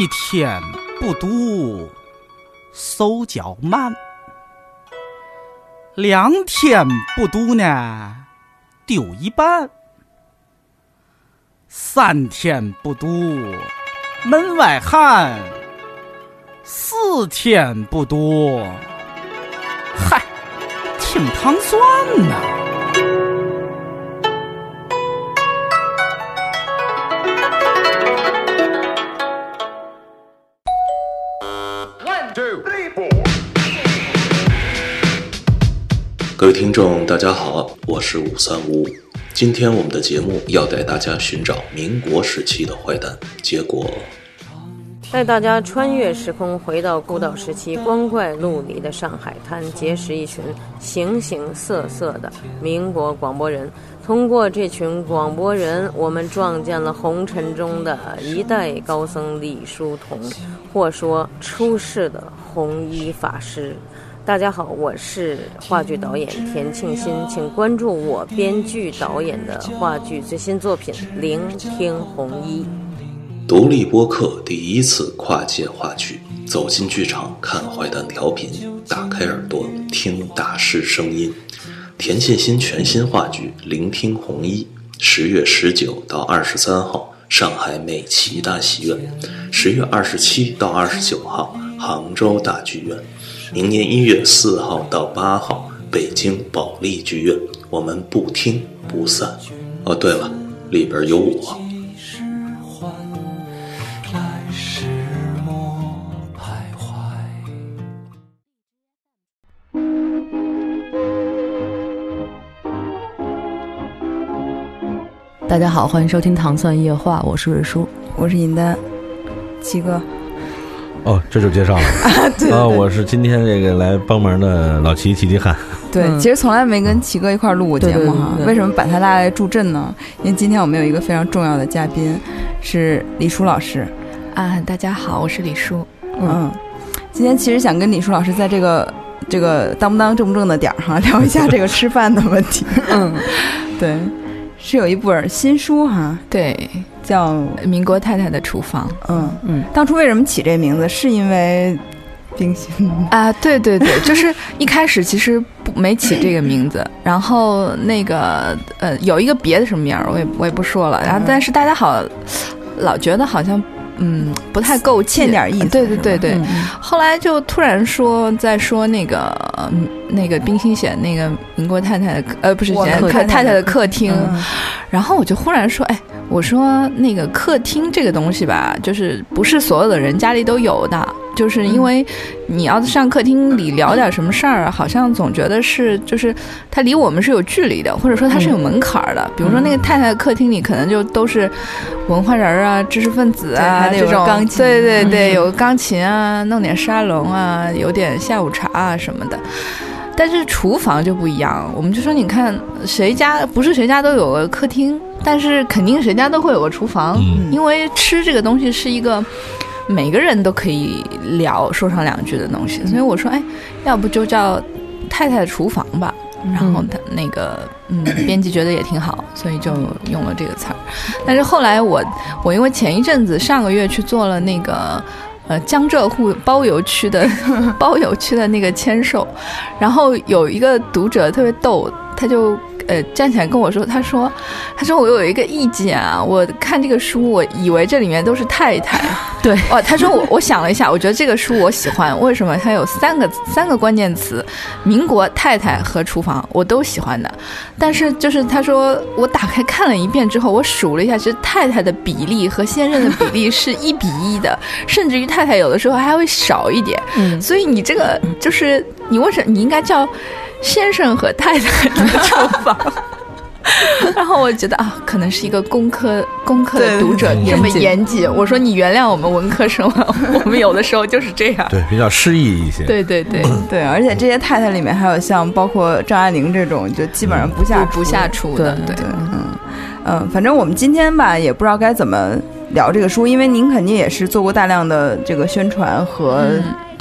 一天不读手脚慢，2天不读呢丢一半，3天不读门外汉，4天不读，嗨，挺糖酸呐。 各位听众大家好，我是535。今天我们的节目要带大家寻找民国时期的坏蛋，结果带大家穿越时空，回到孤岛时期光怪陆离的上海滩，结识一群形形色色的民国广播人。通过这群广播人，我们撞见了红尘中的一代高僧李叔同，或说出世的红衣法师。大家好，我是话剧导演田庆新，请关注我编剧导演的话剧最新作品《聆听红衣》。 独立播客第一次跨界话剧，走进剧场看坏蛋调频，打开耳朵听大师声音。田沁鑫全新话剧《聆听红衣》10月19到23号上海美琪大戏院，10月27到29号杭州大剧院，明年1月4号到8号北京保利剧院，我们不听不散。哦，对了，里边有我。 大家好，欢迎收听糖蒜夜话，我是瑞叔， 我是尹丹，七哥。 哦，这就介绍了对我是今天这个来帮忙的老齐齐汉。 对，其实从来没跟齐哥一块录过节目哈。为什么把他拉来助阵呢？因为今天我们有一个非常重要的嘉宾，是李叔老师啊。大家好，我是李叔。 今天其实想跟李叔老师在这个当不当正不正的点儿哈，聊一下这个吃饭的问题。对。是有一本新书哈， 对，叫《民国太太的厨房》。当初为什么起这名字？是因为冰心啊？对对对，就是一开始其实没起这个名字，然后那个有一个别的什么名儿，我也不说了。然后但是大家老觉得好像不太够欠点意思。对对对对，后来就突然在说那个冰心写那个民国太太的不是太太的客厅，然后我就忽然说，我说那个客厅这个东西吧，就是不是所有的人家里都有的，就是因为你要上客厅里聊点什么事儿，好像总觉得就是它离我们是有距离的，或者说它是有门槛的。比如说那个太太的客厅里可能就都是文化人啊、知识分子啊这种，钢琴，对对对，有钢琴啊，弄点沙龙啊，有点下午茶啊什么的。但是厨房就不一样，我们就说你看不是谁家都有个客厅，但是肯定谁家都会有个厨房，因为吃这个东西是一个每个人都可以说上2句的东西，所以我说要不就叫太太的厨房吧。然后他那个编辑觉得也挺好，所以就用了这个词儿。但是后来我因为前一阵子上个月去做了那个江浙沪包邮区的那个签售，然后有一个读者特别逗，他就站起来跟我说，他说我有一个意见啊，我看这个书我以为这里面都是太太。对，他说我想了一下，我觉得这个书我喜欢，为什么？它有三个关键词，民国太太和厨房我都喜欢的。但是就是他说我打开看了一遍之后，我数了一下，其实太太的比例和现任的比例是1比1的，甚至于太太有的时候还会少一点。所以你这个就是你为什么你应该叫先生和太太的厨房？然后我觉得可能是一个工科的读者这么严谨。我说你原谅我们文科生了，我们有的时候就是这样。 对，比较诗意一些。 对对对对，而且这些太太里面还有像包括张爱玲这种，就基本上不下厨的。对，反正我们今天吧也不知道该怎么聊这个书，因为您肯定也是做过大量的这个宣传和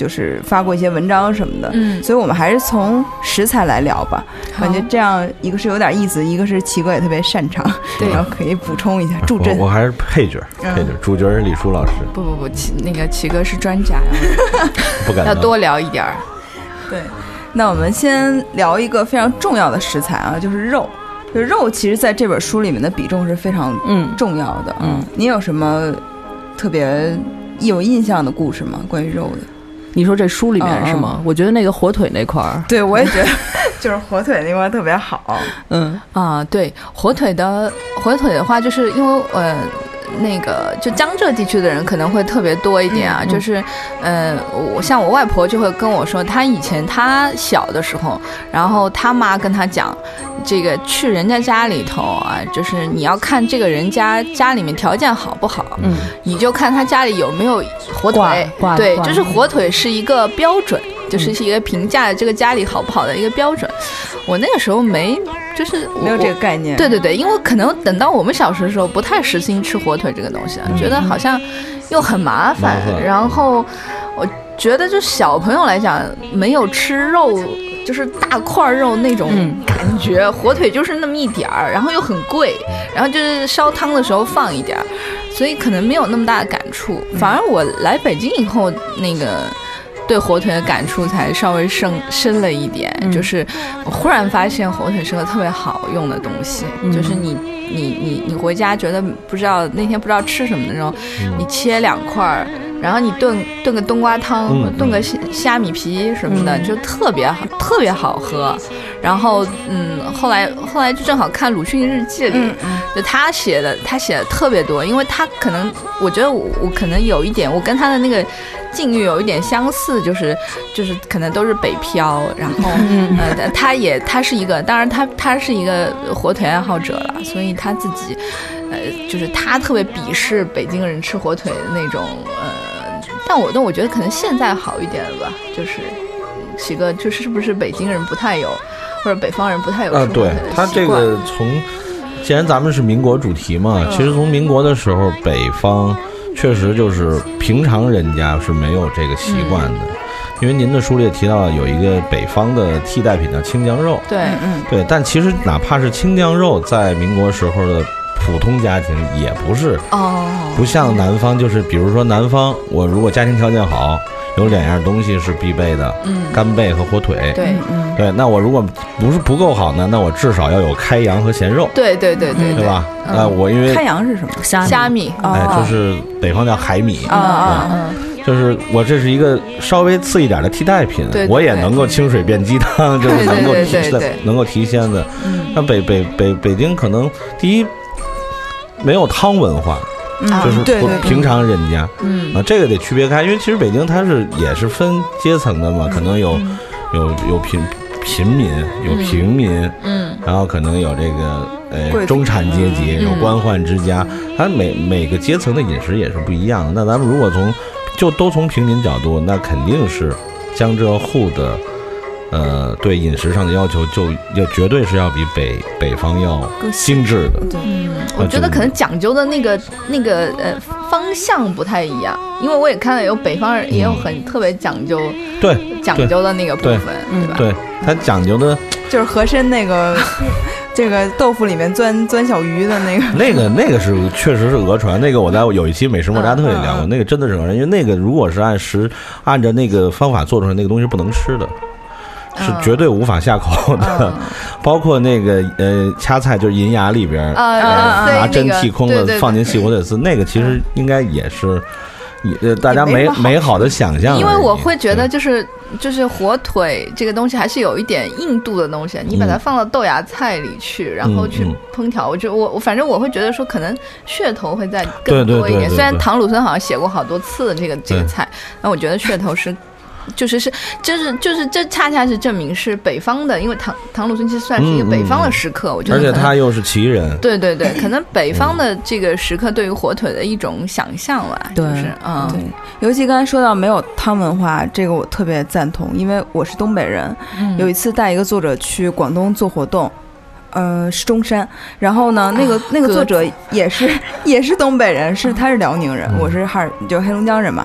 就是发过一些文章什么的，所以我们还是从食材来聊吧。感觉这样一个是有点意思，一个是齐哥也特别擅长，对，然后可以补充一下助阵。 我还是配角，主角是李叔老师。 不，那个齐哥是专家， 不敢要多聊一点。 对，那我们先聊一个非常重要的食材啊，就是肉。就肉其实在这本书里面的比重是非常重要的。你有什么特别有印象的故事吗？关于肉的？ 你说这书里面是吗？我觉得那个火腿那块儿， 对，我也觉得就是火腿那块特别好。 对，火腿的话，就是因为那个就江浙地区的人可能会特别多一点啊，就是我外婆就会跟我说，她以前她小的时候，然后她妈跟她讲，这个去人家家里头啊，就是你要看这个人家里面条件好不好，你就看他家里有没有火腿，对，就是火腿是一个标准，就是一个评价这个家里好不好的一个标准。我那个时候没有这个概念，对，因为可能等到我们小时的时候不太实行吃火腿这个东西，觉得好像又很麻烦，然后我觉得就小朋友来讲，没有吃肉就是大块肉那种感觉，火腿就是那么一点儿，然后又很贵，然后就是烧汤的时候放一点儿，所以可能没有那么大的感触。反而我来北京以后，那个对火腿的感触才稍微深了一点，就是我忽然发现火腿是个特别好用的东西，就是你回家觉得那天不知道吃什么的时候，你切2块，然后你炖个冬瓜汤，炖个虾米皮什么的，就特别好喝。然后后来就正好看鲁迅日记里，就他写的特别多，因为他可能我觉得我可能有一点，我跟他的那个境遇有一点相似，就是可能都是北漂，然后他是一个，当然他是一个火腿爱好者了，所以他自己就是他特别鄙视北京人吃火腿的那种但我觉得可能现在好一点了吧，就是几个就是不是北京人不太有，或者北方人不太有吃火腿的习惯。 对，他这个既然咱们是民国主题嘛，其实从民国的时候，北方确实就是平常人家是没有这个习惯的。因为您的书里也提到了有一个北方的替代品叫清酱肉，对，但其实哪怕是清酱肉，在民国时候的普通家庭也不是不像南方，就是比如说南方，我如果家庭条件好，有2样东西是必备的，干贝和火腿，对，那我如果不够好呢，那我至少要有开洋和咸肉，对吧？我因为开洋是什么？ 虾米， 就是北方叫海米就是我这是一个稍微次一点的替代品，我也能够清水变鸡汤，就是能够提鲜的。那北京可能第一没有汤文化，就是平常人家，这个得区别开，因为其实北京它也是分阶层的嘛，可能有平民，有平民，然后可能有这个中产阶级，有官宦之家，它每个阶层的饮食也是不一样的。那咱们如果都从平民角度，那肯定是江浙沪的对饮食上的要求绝对是要比北方要精致的。 我觉得可能讲究的那个方向不太一样，因为我也看到有北方人也有很特别讲究的那个部分，对吧？对， 他讲究的就是和珅那个这个豆腐里面钻小鱼的那个是确实是讹传，那个我在有一期美食莫扎特里聊过，那个真的是讹传，因为那个如果是按照那个方法做出来，那个东西是不能吃的。是绝对无法下口的，包括那个掐菜，就是银牙里边拿针剔空了放进细火腿丝，那个其实应该也是大家美好的想象。 因为我会觉得就是火腿这个东西还是有一点硬度的东西，你把它放到豆芽菜里去，然后去烹调，我反正我会觉得说可能噱头会再更多一点。虽然唐鲁孙好像写过好多次这个菜，那我觉得噱头是。就是这恰恰是证明是北方的，因为唐鲁孙其实算是一个北方的食客，我觉得， 而且他又是旗人， 对，可能北方的这个食客对于火腿的一种想象吧， 对，对，尤其刚才说到没有汤文化，这个我特别赞同，因为我是东北人，有一次带一个作者去广东做活动。是中山，然后呢，那个作者也是东北人，他是辽宁人，我是就黑龙江人嘛。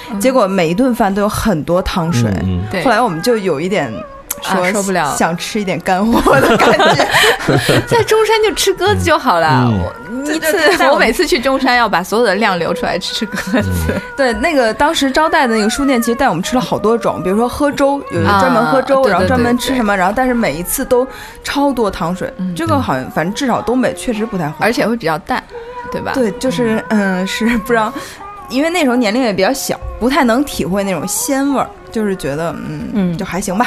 结果每一顿饭都有很多汤水。后来我们就有一点说受不了， 想吃一点干货的感觉。 在中山就吃鸽子就好了。我每次去中山要把所有的量留出来吃鸽子。 对，那个当时招待的那个书店其实带我们吃了好多种，比如说喝粥，有专门喝粥，然后专门吃什么，然后但是每一次都超多汤水。这个好像反正至少东北确实不太好， 而且会比较淡，对吧？ 对，就是是不知道，因为那时候年龄也比较小，不太能体会那种鲜味儿，就是觉得就还行吧。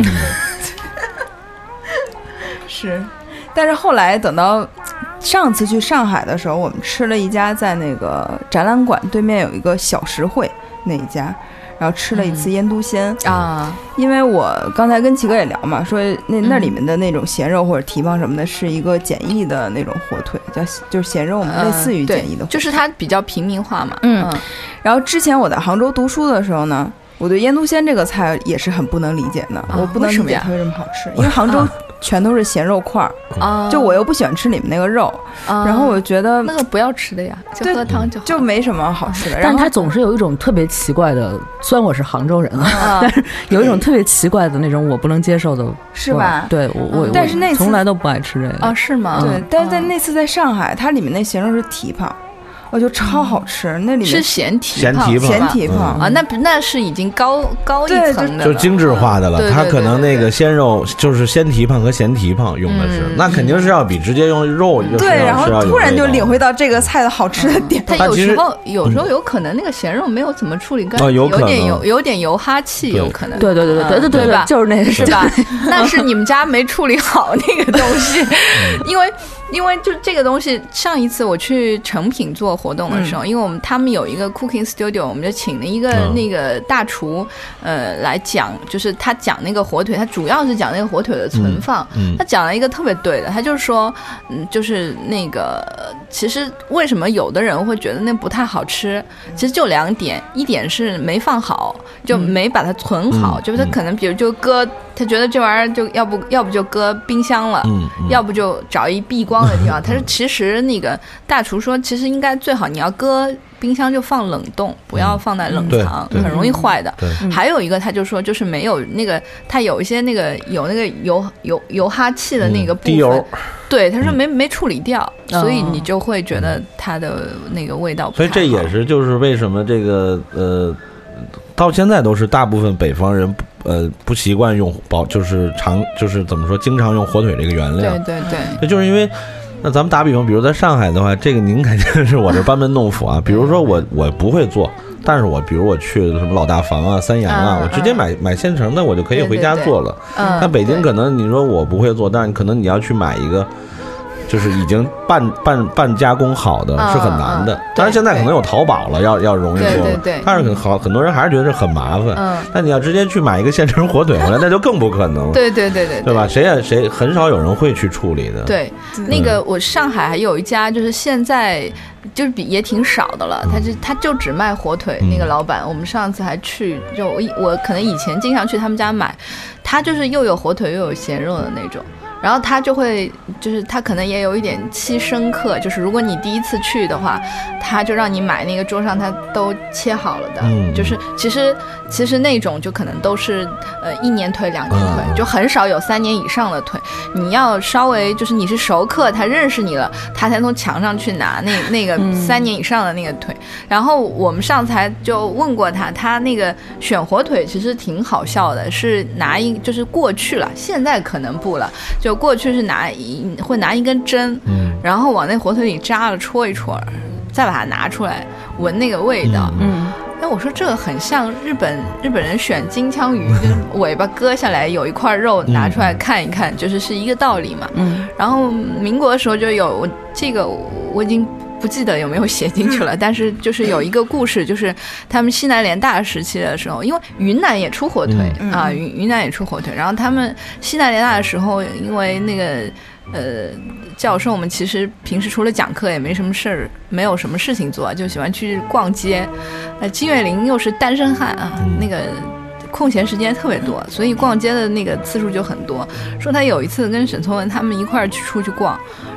是，但是后来等到上次去上海的时候，我们吃了一家在那个展览馆对面有一个小实惠那一家，然后吃了一次腌笃鲜啊。 因为我刚才跟齐哥也聊嘛，说那里面的那种咸肉或者蹄膀什么的，是一个简易的那种火腿，就是咸肉嘛，类似于简易的火腿， 就是它比较平民化嘛。 然后之前我在杭州读书的时候呢，我对腌笃鲜这个菜也是很不能理解的，我不能理解它为什么好吃，因为杭州全都是咸肉块儿，就我又不喜欢吃里面那个肉，然后我觉得那个不要吃的呀，就喝汤就好， 就没什么好吃的。 但它总是有一种特别奇怪的，虽然我是杭州人啊，但是有一种特别奇怪的那种我不能接受的， 是吧？ 对我， 但是那次从来都不爱吃这个啊，是吗？ 对，但是在那次在上海，它里面那咸肉是蹄膀。我觉得超好吃，那里面是咸蹄膀啊，那是已经高一层的， 就精致化的了。它可能那个鲜肉就是鲜蹄膀和咸蹄膀用的是，那肯定是要比直接用肉对，然后突然就领会到这个菜的好吃的点。 它有时候有可能那个咸肉没有怎么处理干净，有点油哈气，有可能。 对吧？就是那个是吧？那是你们家没处理好那个东西，因为就这个东西，上一次我去成品做活动的时候，因为他们有一个 cooking studio， 我们就请了一个那个大厨来讲，就是他讲那个火腿，他主要是讲那个火腿的存放。他讲了一个特别对的，他就是说就是那个其实为什么有的人会觉得那不太好吃，其实就2点，一点是没放好，就没把它存好，就是他可能比如就搁，他觉得这玩意儿就要不就搁冰箱了，要不就找一避光的地方。他说其实那个大厨说其实应该最好你要搁冰箱就放冷冻，不要放在冷藏，很容易坏的。还有一个他就说就是没有那个，他有一些那个有那个油哈气的那个部分，对，他说没处理掉，所以你就会觉得它的那个味道不太好。 所以这也是就是为什么这个到现在都是大部分北方人不习惯用就是怎么说经常用火腿这个原料。 对， 就是因为那咱们打比方，比如在上海的话，这个您肯定是我这班门弄斧啊。比如说我不会做，但是比如我去什么老大房啊、三阳啊，我直接买现成的，我就可以回家做了。那北京可能你说我不会做，但是可能你要去买一个。就是已经半加工好的是很难的，当然现在可能有淘宝了，要容易做，但是很多人还是觉得很麻烦。但你要直接去买一个现成火腿回来，那就更不可能了。对吧？谁很少有人会去处理的。 对，那个我上海还有一家，就是现在就是也挺少的了，他就只卖火腿。那个老板，我们上次还去，就我可能以前经常去他们家买，他就是又有火腿又有咸肉的那种。然后他就会，就是他可能也有一点欺生客，就是如果你第一次去的话，他就让你买那个桌上他都切好了的，就是其实那种就可能都是1年腿2年腿，就很少有3年以上的腿。你要稍微就是你是熟客，他认识你了，他才从墙上去拿那个3年以上的那个腿。然后我们上次还就问过他那个选火腿其实挺好笑的，是就是过去了，现在可能不了。就过去是会拿一根针，然后往那火腿里扎了戳一戳，再把它拿出来闻那个味道。那我说这个很像日本人选金枪鱼，就是尾巴割下来有一块肉拿出来看一看，就是一个道理嘛。然后民国的时候就有这个，我已经不记得有没有写进去了，但是就是有一个故事，就是他们西南联大时期的时候，因为云南也出火腿啊，云南也出火腿，然后他们西南联大的时候，因为那个教授们其实平时除了讲课也没什么事儿，没有什么事情做，就喜欢去逛街。金岳霖又是单身汉啊，那个空闲时间特别多，所以逛街的那个次数就很多。说他有一次跟沈从文他们一块儿出去逛，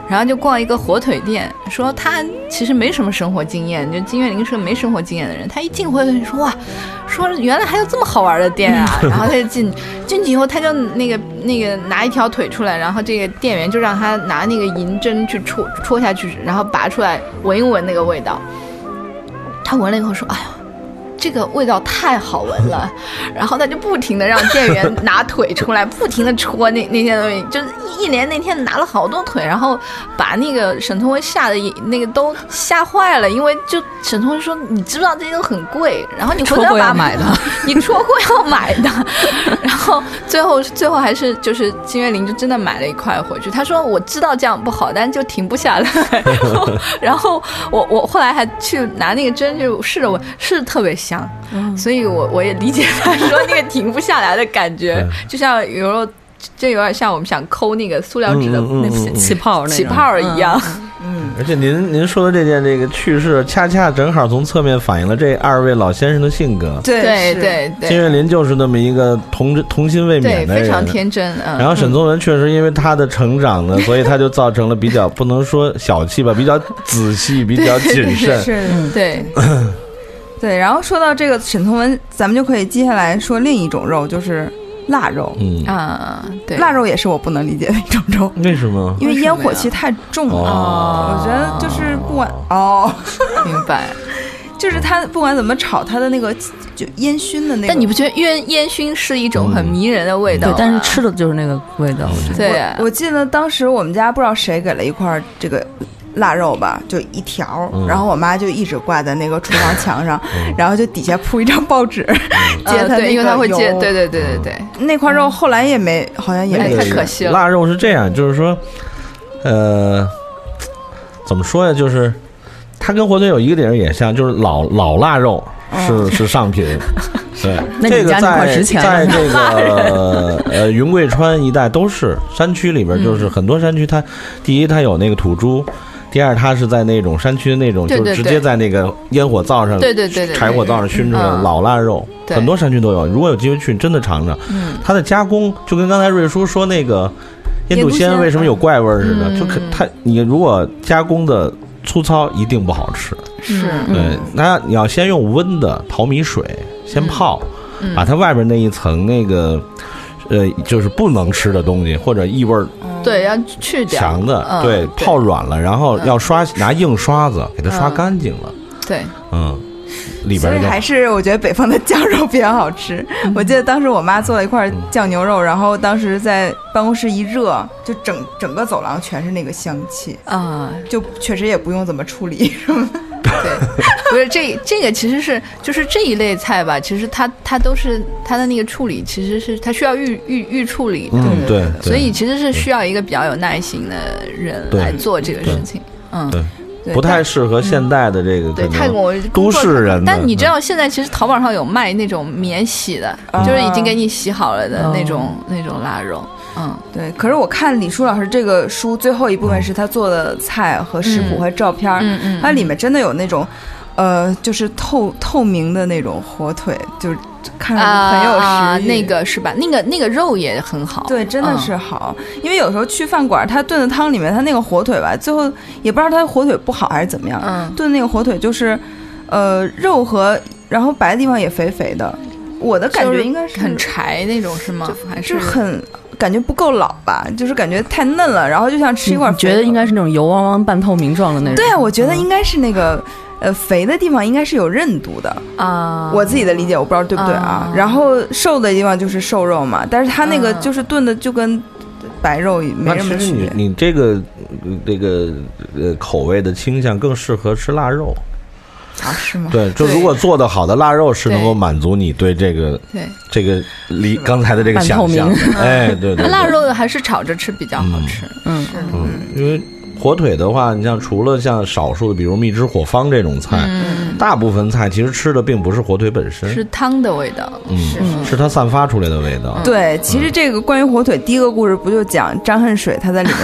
然后就逛一个火腿店，说他其实没什么生活经验，就金岳霖是个没生活经验的人。他一进火腿店说哇，说原来还有这么好玩的店啊！然后他就进去以后，他就那个拿一条腿出来，然后这个店员就让他拿那个银针去戳下去，然后拔出来闻一闻那个味道。他闻了以后说：“哎呦。”这个味道太好闻了，然后他就不停的让店员拿腿出来，不停的戳那些东西，就是一连那天拿了好多腿，然后把那个沈从文吓得那个都吓坏了，因为就沈从文说你知不知道这些都很贵，然后你回头要买的，你戳过要买的，然后最后还是就是金岳霖就真的买了一块回去，他说我知道这样不好，但就停不下来，然后我后来还去拿那个针就试着闻，是特别香。所以我也理解他说那个停不下来的感觉，就像有时候就有点像我们想抠那个塑料纸的那起泡一样。 而且您说的这个趣事，恰恰正好从侧面反映了这二位老先生的性格。 对， 金岳霖就是那么一个童心未泯的人， 非常天真。 然后沈从文确实因为他的成长呢，所以他就造成了比较不能说小气吧，比较仔细，比较谨慎。 是， 对。 对，然后说到这个沈从文，咱们就可以接下来说另一种肉，就是腊肉。 对， 腊肉也是我不能理解的一种肉。 为什么？ 因为烟火气太重了。我觉得就是不管明白， 就是它不管怎么炒，它的那个就烟熏的那个。 但你不觉得烟熏是一种很迷人的味道？ 对，但是吃的就是那个味道。 对， 我记得当时我们家不知道谁给了一块这个腊肉吧，就一条，然后我妈就一直挂在那个厨房墙上，然后就底下铺一张报纸，接它那个油， 因为它会接，对， 那块肉后来也没，好像也没， 太可惜了。 腊肉是这样，就是说，怎么说呀？就是它跟火腿有一个点也像，就是老腊肉是上品。对，这个在这个云贵川一带都是山区里边，就是很多山区它第一它有那个土猪。第二，它是在那种山区的那种，就直接在那个烟火灶上， 对， 柴火灶上熏出来的老腊肉，很多山区都有。如果有机会去，真的尝尝。它的加工就跟刚才瑞叔说那个腌笃鲜为什么有怪味似的，就你如果加工的粗糙，一定不好吃。 是， 对，那你要先用温的淘米水先泡，把它外边那一层那个就是不能吃的东西或者异味对，要去掉强的，对，泡软了，然后要拿硬刷子给它刷干净了。 对， 里边所以还是我觉得北方的酱肉比较好吃。我记得当时我妈做了一块酱牛肉，然后当时在办公室一热，就整个走廊全是那个香气就确实也不用怎么处理什么。 对，不是这个其实是就是这一类菜吧，其实它都是它的那个处理，其实是它需要预处理的。 对， 所以其实是需要一个比较有耐心的人来做这个事情。 不太适合现代的这个太都市人。 但你知道现在其实淘宝上有卖那种免洗的，就是已经给你洗好了的那种腊肉。 对。可是我看李叔老师这个书最后一部分是他做的菜和食谱和照片，它里面真的有那种就是透明的那种火腿，就是看着很有食欲。 那个是吧？那个肉也很好。 对，真的是好。因为有时候去饭馆，他炖的汤里面，他那个火腿吧，最后也不知道他火腿不好还是怎么样，炖那个火腿就是肉和然后白的地方也肥肥的。我的感觉应该是很柴那种是吗？还是很感觉不够老吧，就是感觉太嫩了，然后就像吃一块肥。 觉得应该是那种油汪汪半透明状的那种。 对啊，我觉得应该是那个肥的地方应该是有韧度的我自己的理解我不知道对不对然后瘦的地方就是瘦肉嘛，但是它那个就是炖的就跟白肉没什么区别。 你这个口味的倾向更适合吃腊肉是吗？ 对，就如果做的好的腊肉是能够满足你对这个刚才的这个想象。对， 腊肉的还是炒着吃比较好吃。 因为火腿的话，你像除了像少数的比如蜜汁火方这种菜，大部分菜其实吃的并不是火腿本身， 是汤的味道。 是它散发出来的味道。 对，其实这个关于火腿第一个故事不就讲张恨水他在里面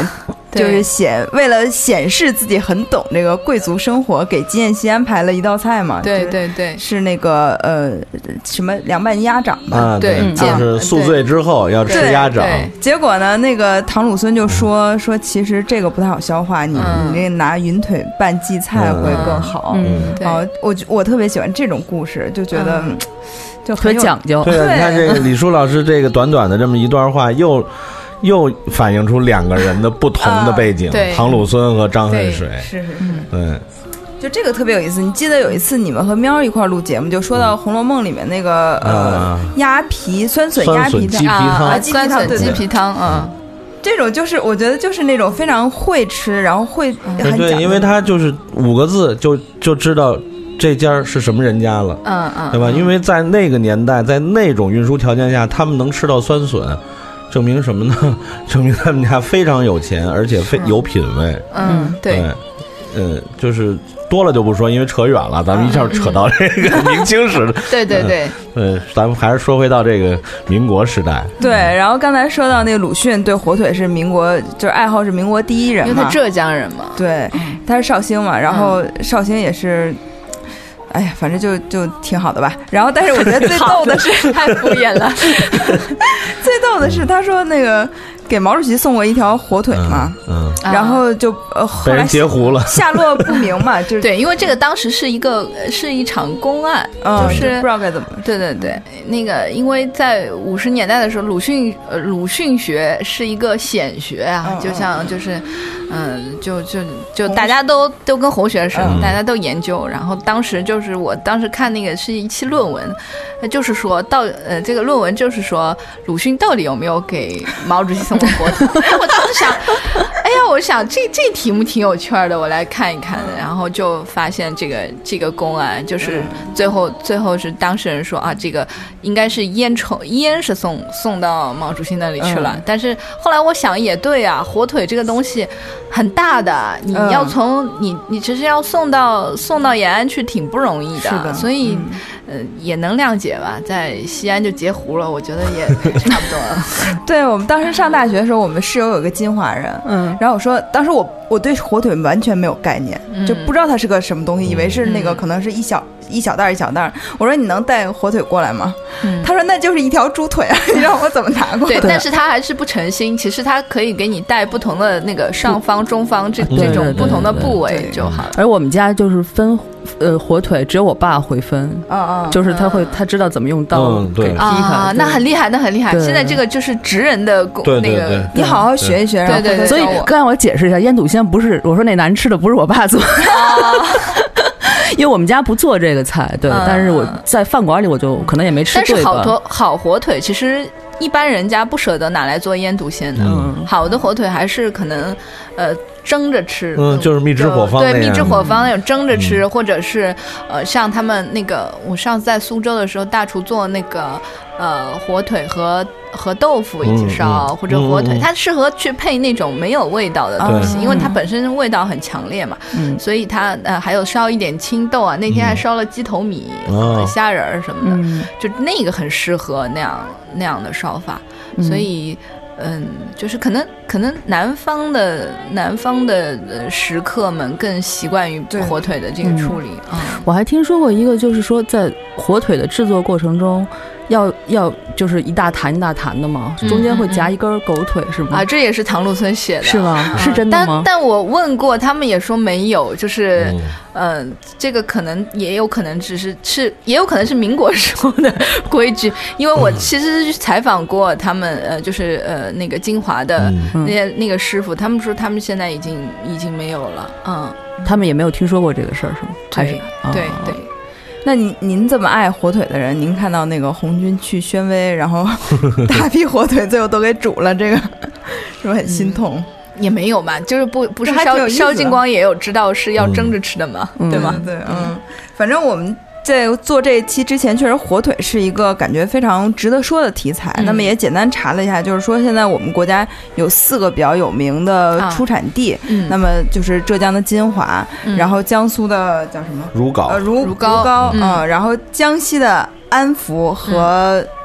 就是为了显示自己很懂这个贵族生活，给金燕西安排了一道菜嘛。 对对对， 是那个什么凉拌鸭掌吧？对，就是宿醉之后要吃鸭掌。 结果呢，那个唐鲁孙就说其实这个不太好消化，你这个拿云腿拌荠菜会更好。我特别喜欢这种故事，就觉得就很讲究。 对，你看这个李叔老师这个短短的这么一段话，又反映出两个人的不同的背景，唐鲁孙和张恨水。 是， 对。 就这个特别有意思，你记得有一次你们和喵一块录节目，就说到《红楼梦》里面那个鸭皮酸笋鸭皮汤酸笋鸡皮汤这种就是我觉得就是那种非常会吃，然后会很对，因为他就是5个字就知道这家是什么人家了，对吧？因为在那个年代，在那种运输条件下，他们能吃到酸笋，证明什么呢？证明他们家非常有钱，而且有品位。 对， 就是多了就不说，因为扯远了，咱们一下扯到这个明清时代。 对， 咱们还是说回到这个民国时代。 对，然后刚才说到那个鲁迅对火腿是民国，就是爱好是民国第一人嘛， 因为他浙江人嘛。 对，他是绍兴嘛，然后绍兴也是。哎呀，反正就挺好的吧。然后，但是我觉得最逗的是太敷衍了。 最逗的是，他说那个给毛主席送过一条火腿嘛，然后就被人截胡了， 下落不明嘛，就是对，因为这个当时是一场公案，就是不知道该怎么。 对，那个因为在50年代的时候，鲁迅学是一个显学啊，就像就是就大家都跟红学生，大家都研究，然后当时就是我当时看那个是一期论文，就是说这个论文就是说鲁迅到底有没有给毛主席送过火腿？我当时想，哎呀，我想这题目挺有趣的，我来看一看，然后就发现这个公案就是最后是当事人说啊，这个应该是烟是送到毛主席那里去了，但是后来我想也对啊，火腿这个东西很大的，你要从你其实要送到延安去挺不容易的，所以也能谅解吧，在西安就截胡了，我觉得也差不多了。 对，我们当时上大学的时候，我们室友有个金华人，然后我说当时我对火腿完全没有概念，就不知道它是个什么东西，以为是那个可能是一小袋一小袋。我说你能带火腿过来吗？他说那就是一条猪腿啊，你让我怎么拿过来？ 对，但是他还是不诚心，其实他可以给你带不同的那个上方、中方这种不同的部位就好了。 而我们家就是分火腿，只有我爸会分，就是他知道怎么用刀给劈开， 那很厉害，那很厉害。现在这个就是职人的那个， 你好好学一学。 对， 所以刚才我解释一下，腌笃鲜不是我说那难吃的不是我爸做。因为我们家不做这个菜，对，但是我在饭馆里我就可能也没吃对吧。 但是好火腿其实一般人家不舍得拿来做腌笃鲜的，好的火腿还是可能蒸着吃， 就是秘制火方， 对，秘制火方那种蒸着吃，或者是像他们那个我上次在苏州的时候，大厨做那个火腿和豆腐一起烧，或者火腿，它适合去配那种没有味道的东西，因为它本身味道很强烈嘛，所以它还有烧一点青豆啊，那天还烧了鸡头米、虾仁什么的，就那个很适合那样的烧法，所以。就是可能南方的食客们更习惯于火腿的这个处理。 我还听说过一个，就是说在火腿的制作过程中，要就是一大坛一大坛的嘛，中间会夹一根狗腿，是吗？ 这也是唐陆村写的， 是吗？是真的吗？ 但我问过，他们也说没有，就是这个可能也有可能也有可能是民国时候的规矩，因为我其实采访过他们，就是那个金华的那个师傅，他们说他们现在已经没有了， 他们也没有听说过这个事儿，是吗？ 对。 那您这么爱火腿的人，您看到那个红军去宣威，然后大批火腿最后都给煮了，这个是不是很心痛？ 也没有嘛，就是不是萧劲光也有知道是要蒸着吃的嘛，对吗？ 对，反正我们在做这一期之前，确实火腿是一个感觉非常值得说的题材。那么也简单查了一下，就是说现在我们国家有4个比较有名的出产地，那么就是浙江的金华，然后江苏的叫什么？ 如皋， 如皋，然后江西的安福和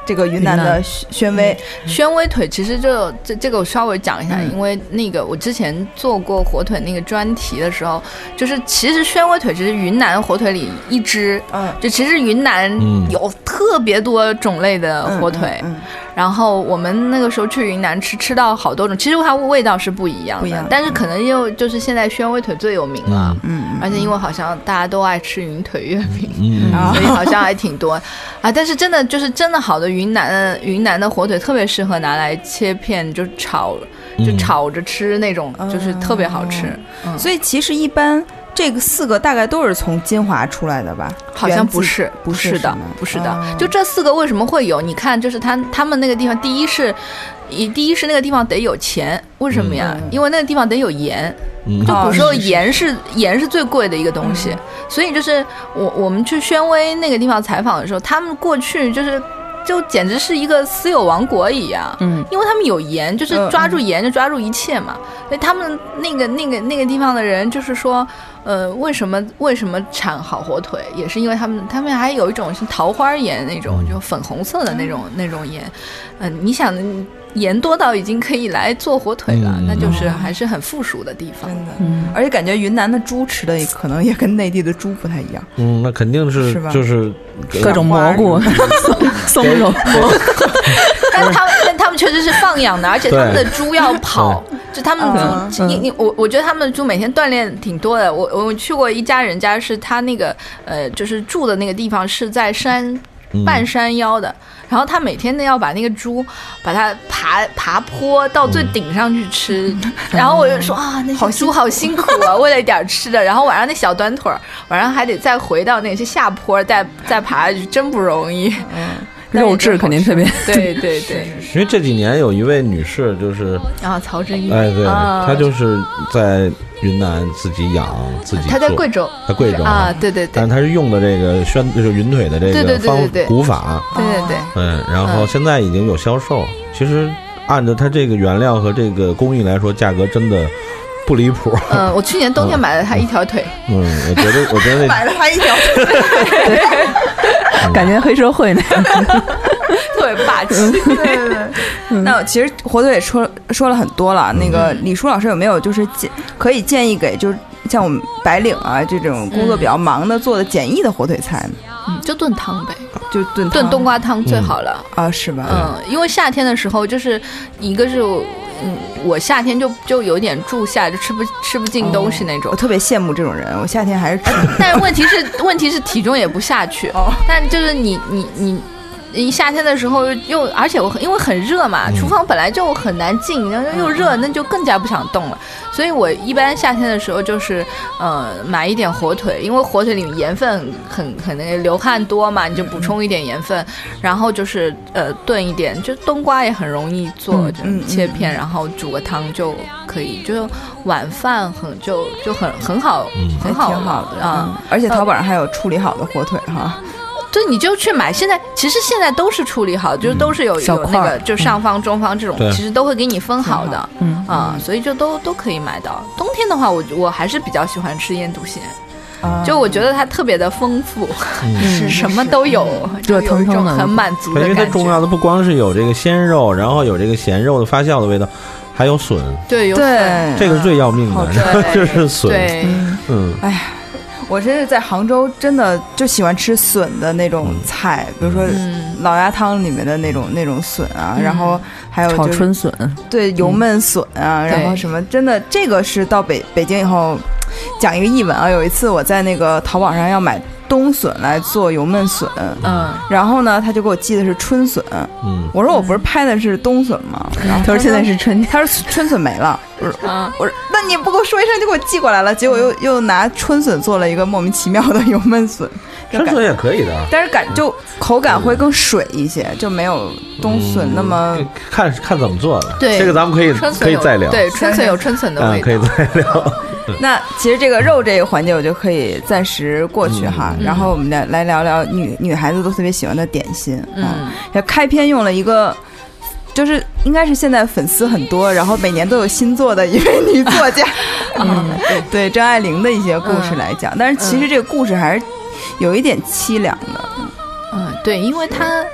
这个云南的宣威。 宣威腿其实就这个我稍微讲一下，因为那个我之前做过火腿那个专题的时候，就是其实宣威腿只是云南火腿里一支，就其实云南有特别多种类的火腿，然后我们那个时候去云南吃到好多种，其实它味道是不一样的，但是可能就是现在宣威腿最有名了，而且因为好像大家都爱吃云腿月饼，所以好像还挺多啊。但是真的好的云南的火腿特别适合拿来切片就炒着吃那种，就是特别好吃。 所以其实一般这个4个大概都是从金华出来的吧？ 好像不是的。就这4个为什么会有？你看，就是他们那个地方，第一是那个地方得有钱，为什么呀？因为那个地方得有盐。就古时候盐是最贵的一个东西，所以就是我们去宣威那个地方采访的时候，他们过去就简直是一个私有王国一样，因为他们有盐，就是抓住盐就抓住一切嘛。所以他们那个地方的人就是说，为什么产好火腿，也是因为他们还有一种是桃花盐那种，就粉红色的那种盐。你想盐多到已经可以来做火腿了，那就是还是很富庶的地方。 真的，而且感觉云南的猪吃的可能也跟内地的猪不太一样。 那肯定是就是各种蘑菇、松茸。 但他们确实是放养的，而且他们的猪要跑，就他们猪，我觉得他们的猪每天锻炼挺多的。我去过一家人家，是他那个就是住的那个地方是在半山腰的，然后他每天呢要把那个猪把它爬坡到最顶上去吃，然后我就说啊，那些猪好辛苦啊，为了一点吃的，然后晚上那小短腿晚上还得再回到那些下坡再爬下去，真不容易。 肉质肯定特别对， 因为这几年有一位女士就是曹志毅， 对，她就是在云南自己养自己做， 她在贵州啊，对， 但是她是用的这个就是云腿的这个古法， 对， 然后现在已经有销售。其实按照它这个原料和这个工艺来说，价格真的不离谱。 我去年冬天买了它一条腿。 我觉得买了它一条腿。 感觉黑社会呢， 特别霸气。 对。那其实火腿也说了很多了，那个李叔老师有没有就是可以建议给就是像我们白领啊这种工作比较忙的做的简易的火腿菜呢？ 就炖汤呗， 就炖冬瓜汤最好了啊，是吧？ 因为夏天的时候就是一个是。我夏天就有点住夏，就吃不进东西那种。 我特别羡慕这种人，我夏天还是吃。 但是问题是体重也不下去。但就是你夏天的时候而且因为很热嘛，厨房本来就很难进，然后又热，那就更加不想动了。所以我一般夏天的时候就是买一点火腿，因为火腿里面盐分很那个流汗多嘛，你就补充一点盐分，然后就是炖一点，就冬瓜也很容易做，就切片然后煮个汤就可以，就晚饭就很好，很好，挺好的啊。 而且淘宝上还有处理好的火腿哈。 对，你就去买。现在都是处理好，就是都是有那个就上方、中方这种，其实都会给你分好的，所以就都可以买到。冬天的话，我还是比较喜欢吃腌笃鲜，就我觉得它特别的丰富，什么都有， 热腾腾的， 很满足的感觉。 因为它重要的不光是有这个鲜肉，然后有这个咸肉的发酵的味道，还有笋。 对，有笋， 这个是最要命的，就是笋。 对， 哎呀。我真是在杭州，真的就喜欢吃笋的那种菜，比如说老鸭汤里面的那种笋啊，然后还有炒春笋， 对，油焖笋啊，然后什么，真的这个是到北京以后讲一个译文啊。有一次我在那个淘宝上要买冬笋来做油焖笋，然后呢他就给我寄的是春笋，我说我不是拍的是冬笋吗？然后他说现在是春天， 他说春笋没了，我说那你不给我说一声就给我寄过来了，结果又拿春笋做了一个莫名其妙的油焖笋。 春笋也可以的， 但是就口感会更水一些，就没有冬笋那么看怎么做的。 对， 这个咱们可以再聊。 对，春笋有春笋的味道， 可以再聊。 那其实这个肉这个环节我就可以暂时过去哈，然后我们来聊聊女孩子都特别喜欢的点心开篇用了一个。就是应该是现在粉丝很多，然后每年都有新作的一位女作家，对张爱玲的一些故事来讲，但是其实这个故事还是有一点凄凉的， 对，因为她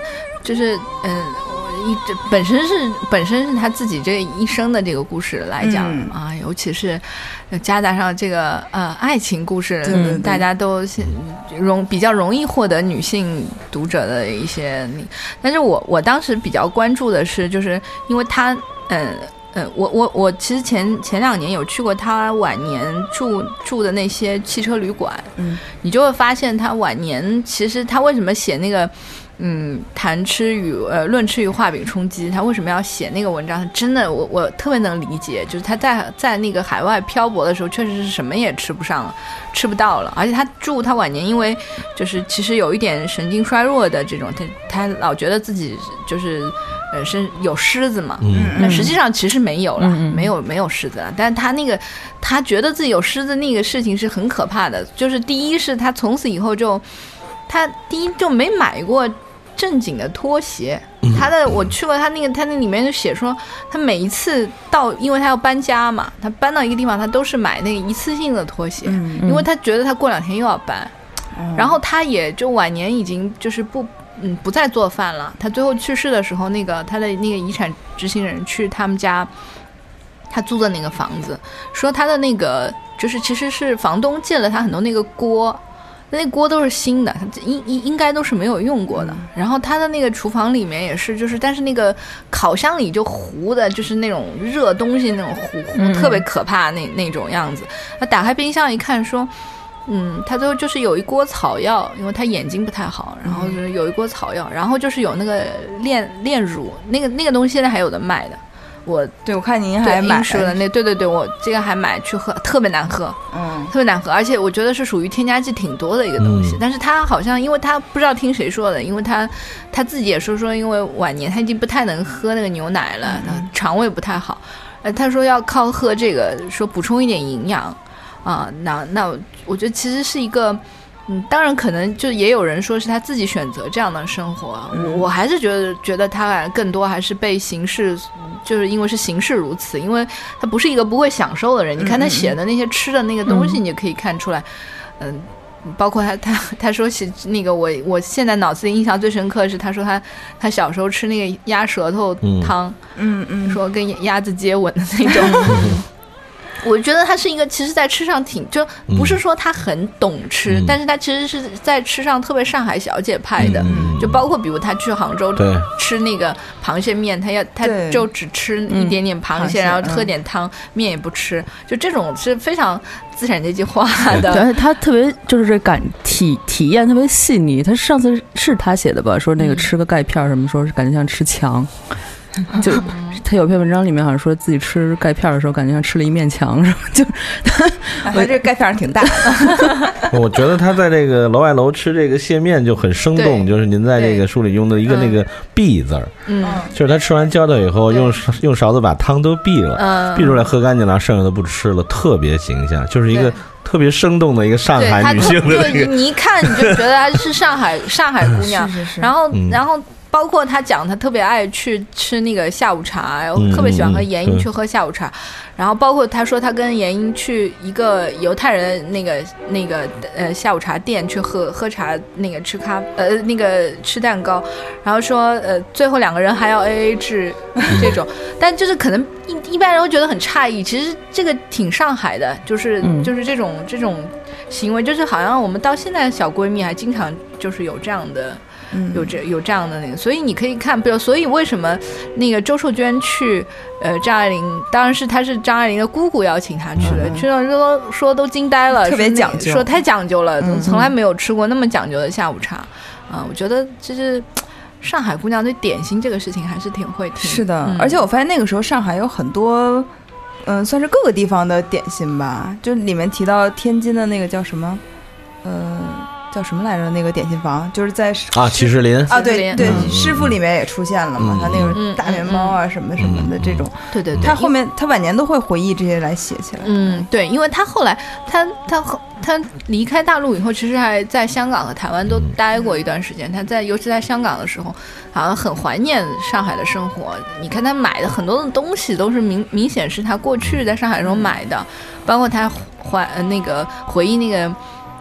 就是本身是他自己这一生的这个故事来讲啊，尤其是夹杂上这个爱情故事， 对大家都比较容易获得女性读者的一些。但是我当时比较关注的是，就是因为他我其实前2年有去过他晚年住的那些汽车旅馆，你就会发现他晚年其实他为什么写那个谈吃与论吃与画饼充饥，他为什么要写那个文章？真的，我特别能理解，就是他在那个海外漂泊的时候，确实是什么也吃不到了，而且他晚年因为就是其实有一点神经衰弱的这种，他老觉得自己就是是有虱子嘛，但实际上其实没有了，没有虱子了，但是他觉得自己有虱子那个事情是很可怕的，就是第一是他从此以后他第一就没买过正经的拖鞋，我去过他那里面就写说，他每一次因为他要搬家嘛，他搬到一个地方，他都是买那个一次性的拖鞋，因为他觉得他过2天又要搬，然后他也就晚年已经就是不再做饭了。他最后去世的时候，他的那个遗产执行人去他们家，他租的那个房子，说他的那个就是其实是房东借了他很多那个锅。那锅都是新的，应该都是没有用过的。然后他的那个厨房里面也是，就是但是那个烤箱里就糊的，就是那种热东西那种糊特别可怕那种样子。他打开冰箱一看，说，他最后就是有一锅草药，因为他眼睛不太好，然后就是有一锅草药，然后就是有那个炼乳，那个东西现在还有的卖的。我看您还买了对，我这个还买去喝，特别难喝，特别难喝，而且我觉得是属于添加剂挺多的一个东西。但是他好像因为他不知道听谁说的，因为他自己也说因为晚年他已经不太能喝那个牛奶了，肠胃不太好，他说要靠喝这个说补充一点营养啊。那我觉得其实是一个。当然可能就也有人说是他自己选择这样的生活，我还是觉得他更多还是被形式，就是因为是形式如此，因为他不是一个不会享受的人。你看他写的那些吃的那个东西，你就可以看出来，包括他说起那个我现在脑子里印象最深刻的是他说他小时候吃那个鸭舌头汤，说跟鸭子接吻的那种。我觉得他是一个其实在吃上就不是说他很懂吃，但是他其实是在吃上特别上海小姐派的，就包括比如他去杭州吃那个螃蟹面，他就只吃一点点螃蟹，然后喝点汤，面也不吃，就这种是非常资产阶级化的。 而且他特别就是体验特别细腻。他上次是他写的吧，说那个吃个钙片什么，说是感觉像吃墙。就他有篇文章里面好像说自己吃钙片的时候感觉像吃了一面墙什么，就我这钙片挺大的。 我觉得他在这个楼外楼吃这个蟹面就很生动，就是您在这个书里用的一个那个篦字儿，就是他吃完浇掉以后用勺子把汤都篦了，篦出来喝干净了，剩下的不吃了，特别形象，就是一个特别生动的一个上海女性的那个， 你一看你就觉得她是上海姑娘，是然后包括他讲他特别爱去吃那个下午茶，特别喜欢和严英去喝下午茶，然后包括他说他跟严英去一个犹太人那个下午茶店去喝茶，那个吃蛋糕，然后说最后2个人还要 AA 制这种，但就是可能一般人会觉得很诧异，其实这个挺上海的，就是这种行为，就是好像我们到现在小闺蜜还经常就是有这样的。有这样的那个，所以你可以看，比如，所以为什么那个周寿娟去张爱玲，当然是她是张爱玲的姑姑邀请她去的，去了说都惊呆了， 特别讲究， 说太讲究了，从来没有吃过那么讲究的下午茶我觉得就是上海姑娘对点心这个事情还是挺会听。 是的，而且我发现那个时候上海有很多算是各个地方的点心吧，就里面提到天津的那个叫什么叫什么来着？那个点心房就是在起士林啊，对，师傅里面也出现了嘛，他那个大面包啊什么什么的这种， 对， 他后面他晚年都会回忆这些来写起来。 对，因为他后来他离开大陆以后，其实还在香港和台湾都待过一段时间。他尤其在香港的时候，好像很怀念上海的生活。你看他买的很多的东西都是明显是他过去在上海时候买的，包括他回忆那个。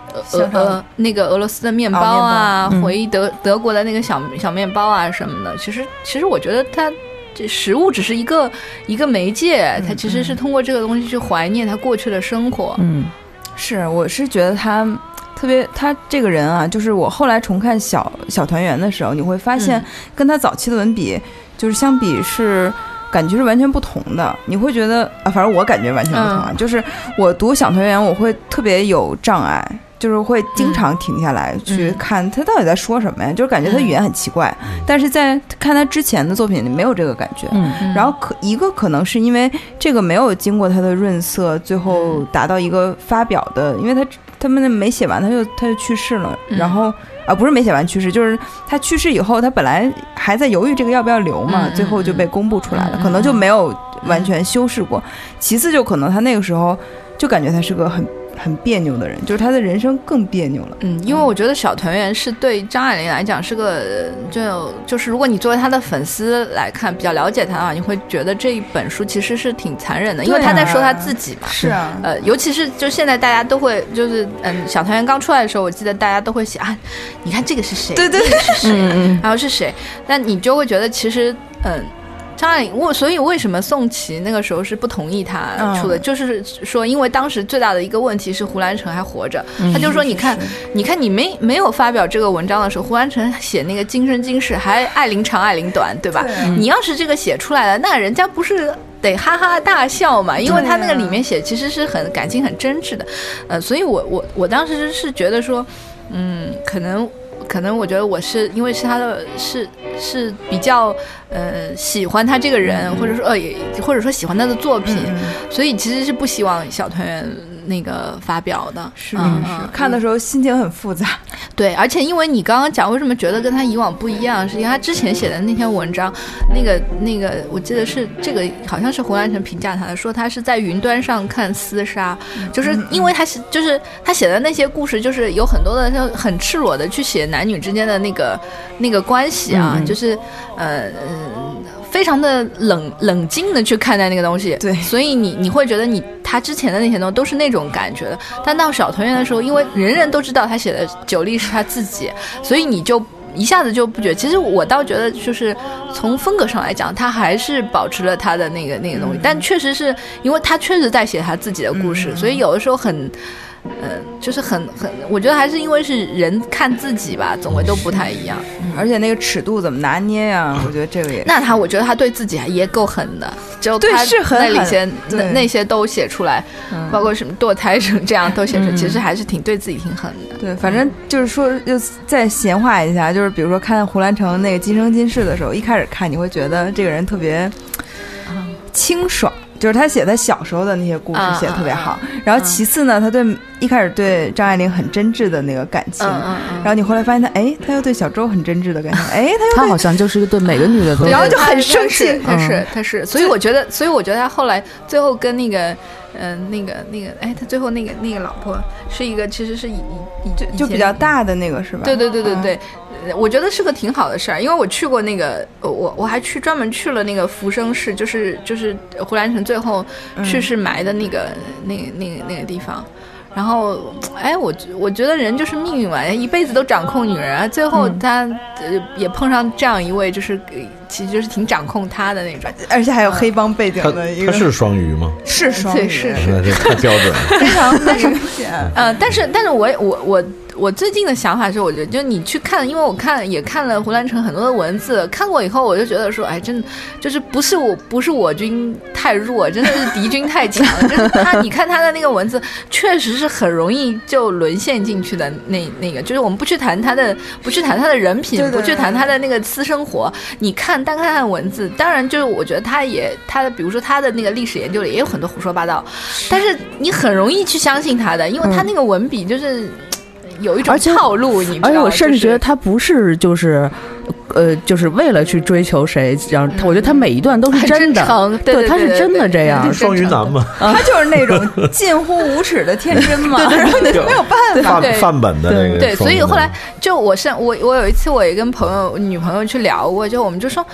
那个俄罗斯的面包啊，回忆德国的那个小面包啊什么的。其实我觉得它这食物只是一个媒介，它其实是通过这个东西去怀念他过去的生活。 我是觉得他特别，他这个人啊，就是我后来重看小团圆的时候，你会发现跟他早期的文笔就是相比是感觉是完全不同的。你会觉得反正我感觉完全不同啊，就是我读小团圆我会特别有障碍，就是会经常停下来去看他到底在说什么呀，就是感觉他语言很奇怪，但是在看他之前的作品里没有这个感觉。然后可能是因为这个没有经过他的润色，最后达到一个发表的，因为他们没写完他就去世了，然后不是没写完去世，就是他去世以后他本来还在犹豫这个要不要留嘛，最后就被公布出来了，可能就没有完全修饰过。其次就可能他那个时候就感觉他是个很别扭的人，就是他的人生更别扭了。 因为我觉得小团圆是对张爱玲来讲是个就是如果你作为他的粉丝来看，比较了解他的话，你会觉得这一本书其实是挺残忍的，因为他在说他自己嘛。 是啊， 尤其是就现在大家都会就是小团圆刚出来的时候，我记得大家都会写啊，你看这个是谁？对，这个是谁？然后是谁？但你就会觉得其实张爱玲，所以为什么宋琦那个时候是不同意他出的，就是说，因为当时最大的一个问题是胡兰成还活着，他就说，你看你没有发表这个文章的时候，胡兰成写那个今生今世还爱玲长爱玲短，对吧？你要是这个写出来了，那人家不是得哈哈大笑嘛？因为他那个里面写其实是很感情很真挚的，所以我当时是觉得说，可能我觉得我是因为是他的是比较喜欢他这个人，或者说喜欢他的作品，所以其实是不希望小团圆那个发表的。 是看的时候心情很复杂。 对，而且因为你刚刚讲为什么觉得跟他以往不一样，是因为他之前写的那篇文章，那个我记得是这个好像是胡兰成评价他的，说他是在云端上看厮杀，就是因为就是他写的那些故事，就是有很多的就很赤裸的去写男女之间的那个关系啊，就是非常的冷静的去看待那个东西。对，所以你会觉得他之前的那些东西都是那种感觉的，但到小团圆的时候，因为人人都知道他写的九莉是他自己，所以你就一下子就不觉得。其实我倒觉得就是从风格上来讲，他还是保持了他的那个东西，但确实是因为他确实在写他自己的故事，所以有的时候就是很，我觉得还是因为是人看自己吧，总归都不太一样。 而且那个尺度怎么拿捏呀？我觉得这个也…… 我觉得他对自己也够狠的，就他那些都写出来，包括什么堕胎什么这样都写出来，其实还是对自己挺狠的。 对，反正就是说，就再闲话一下，就是比如说看胡兰成那个《今生今世》的时候，一开始看你会觉得这个人特别清爽。就是他写他小时候的那些故事写得特别好，然后其次呢，他一开始对张爱玲很真挚的那个感情，然后你后来发现他又对小周很真挚的感情， 他好像就是一个对每个女的都， 然后就很生气， 他是，所以我觉得他后来最后跟那个他最后那个老婆是一个其实是就比较大的那个是吧？ 对。我觉得是个挺好的事儿，因为我去过那个，我还专门去了那个福生市，就是胡兰成最后去世埋的那个地方。然后，我觉得人就是命运嘛，一辈子都掌控女人啊，最后他也碰上这样一位，其实就是挺掌控他的那种， 而且还有黑帮背景的一个。 他是双鱼吗？ 是双鱼， 是， 那这太标准了， 非常明显。 但是我最近的想法是，我觉得就你去看，因为我也看了胡兰成很多的文字，看过以后我就觉得说，真的就是不是我军太弱，真的是敌军太强。就是你看他的那个文字，确实是很容易就沦陷进去的那个，就是我们不去谈他的人品，不去谈他的那个私生活，你单看他的文字，当然就是我觉得他的比如说他的那个历史研究里也有很多胡说八道，但是你很容易去相信他的，因为他那个文笔就是有一种套路，你知道吗？ 而且我甚至觉得他不是就是为了去追求谁，然后我觉得他每一段都是真的， 对， 他是真的这样。 双鱼男嘛， 他就是那种近乎无耻的天真嘛，然后你没有办法。 范本的那个。 对，所以后来就我有一次我也跟女朋友去聊过，就我们就说，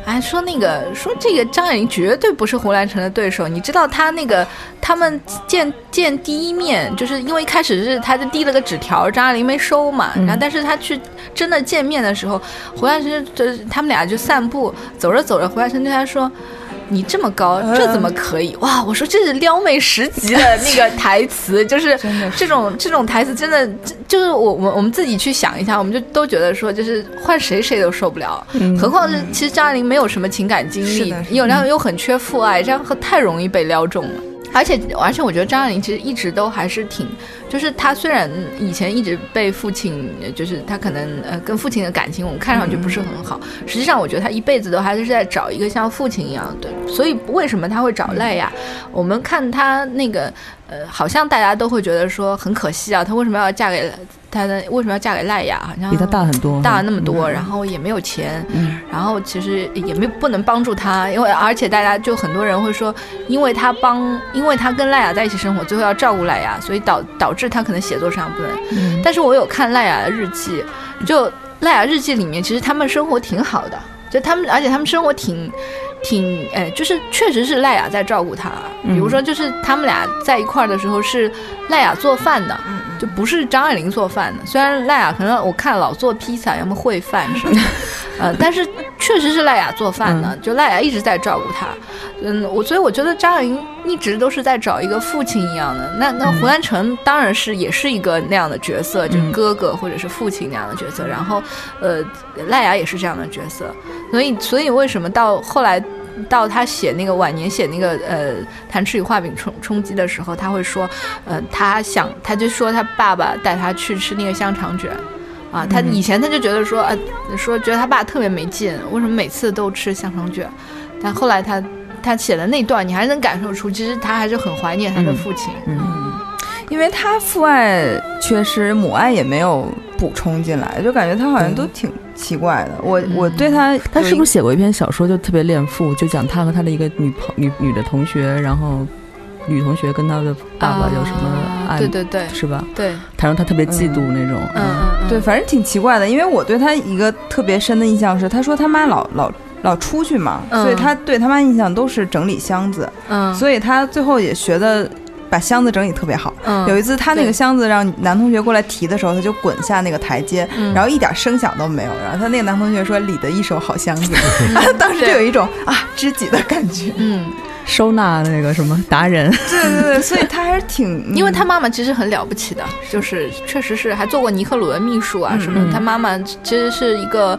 哎，说这个张爱玲绝对不是胡兰成的对手。你知道他们见第一面，就是因为一开始是他就递了个纸条，张爱玲没收嘛，然后但是他去真的见面的时候，胡兰成他们俩就散步，走着走着，胡兰成对他说：“你这么高，这怎么可以？”哇，我说这是撩妹10级的那个台词，就是这种台词真的就是我们自己去想一下，我们就都觉得说，就是换谁都受不了，何况是其实张爱玲没有什么情感经历，又很缺父爱，这样太容易被撩中了。而且我觉得张爱玲其实一直都还是挺，就是她虽然以前一直被父亲，就是她可能跟父亲的感情我们看上去不是很好，实际上我觉得她一辈子都还是在找一个像父亲一样的。所以为什么她会找赖雅？我们看她那个好像大家都会觉得说很可惜啊，她为什么要嫁给赖雅？好像比她大很多， 大了那么多，然后也没有钱，然后其实也不能帮助她，而且大家就很多人会说，因为他跟赖雅在一起生活，最后要照顾赖雅，所以导致他可能写作上不能。但是我有看赖雅的日记，就赖雅日记里面，其实他们生活挺好的，而且他们生活挺就是确实是赖雅在照顾他。比如说就是他们俩在一块儿的时候是赖雅做饭的，就不是张爱玲做饭的。虽然赖雅可能我看老做披萨要么烩饭什么的但是确实是赖雅做饭的，就赖雅一直在照顾他。所以我觉得张爱玲一直都是在找一个父亲一样的。那胡兰成当然也是一个那样的角色，就是哥哥或者是父亲那样的角色。然后赖雅也是这样的角色。所以为什么到后来到他晚年写那个弹吃与画饼充饥的时候，他会说他就说他爸爸带他去吃那个香肠卷啊，他以前他就觉得说觉得他爸特别没劲，为什么每次都吃香肠卷？但后来他写的那段，你还能感受出，其实他还是很怀念他的父亲。 因为他父爱缺失，母爱也没有补充进来，就感觉他好像都挺奇怪的。我对他是不是写过一篇小说，就特别恋父，就讲他和他的一个女的同学，然后女同学跟他的爸爸有什么爱， 对， 是吧？ 对， 他说他特别嫉妒那种， 对，反正挺奇怪的。因为我对他一个特别深的印象是，他说他妈老出去嘛，所以他对他妈印象都是整理箱子，所以他最后也学的把箱子整理特别好。有一次他那个箱子让男同学过来提的时候，他就滚下那个台阶，然后一点声响都没有。然后他那个男同学说理的一手好箱子当时就有一种知己的感觉。 收纳那个什么达人。 对，所以他还是挺因为他妈妈其实很了不起的，就是确实是还做过尼克鲁的秘书啊什么。他妈妈其实是一个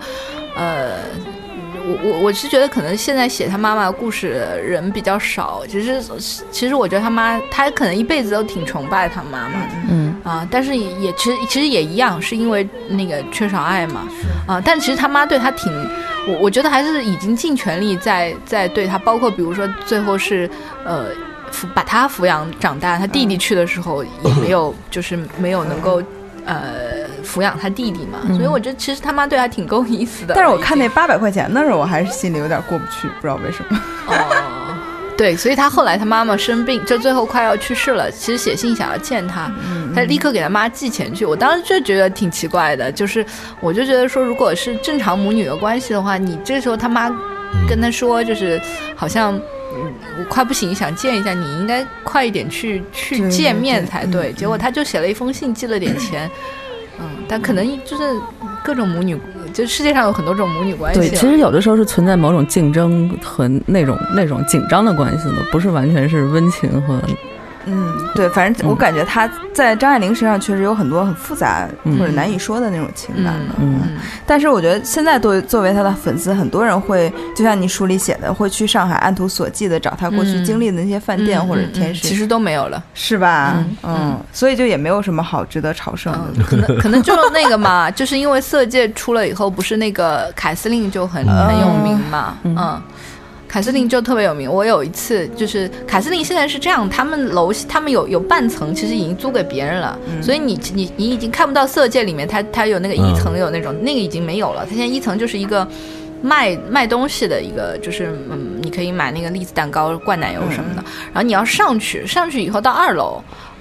我是觉得可能现在写他妈妈的故事的人比较少，其实我觉得他可能一辈子都挺崇拜他妈妈的，但是也其实也一样，是因为那个缺少爱嘛但其实他妈对他我觉得还是已经尽全力在对他，包括比如说最后是把他抚养长大，他弟弟去的时候也没有就是没有能够抚养他弟弟嘛，所以我觉得其实他妈对他挺够意思的。 但是我看那800块钱的时候，我还是心里有点过不去，不知道为什么。 对，所以他后来他妈妈生病，就最后快要去世了，其实写信想要见他，他立刻给他妈寄钱去。我当时就觉得挺奇怪的，就是我就觉得说，如果是正常母女的关系的话，你这时候他妈跟他说，就是好像我快不行，想见一下你，应该快一点去见面才对。结果他就写了一封信，寄了点钱。但可能就是各种母女，就世界上有很多种母女关系。 对，其实有的时候是存在某种竞争和那种紧张的关系的，不是完全是温情和。 对，反正我感觉他在张爱玲身上确实有很多很复杂或者难以说的那种情感的。但是我觉得现在作为他的粉丝，很多人会就像你书里写的，会去上海按图索骥的找他过去经历的那些饭店或者甜食， 其实都没有了， 是吧？所以就也没有什么好值得朝圣的。 可能就那个嘛，就是因为《色戒》出了以后，不是那个凯司令就很有名嘛，凯司令就特别有名。我有一次就是凯司令现在是这样，他们有半层其实已经租给别人了，所以你已经看不到色戒里面它有那个一层有那种那个已经没有了，它现在一层就是一个卖东西的一个，就是你可以买那个栗子蛋糕、灌奶油什么的，然后你要上去以后到2楼。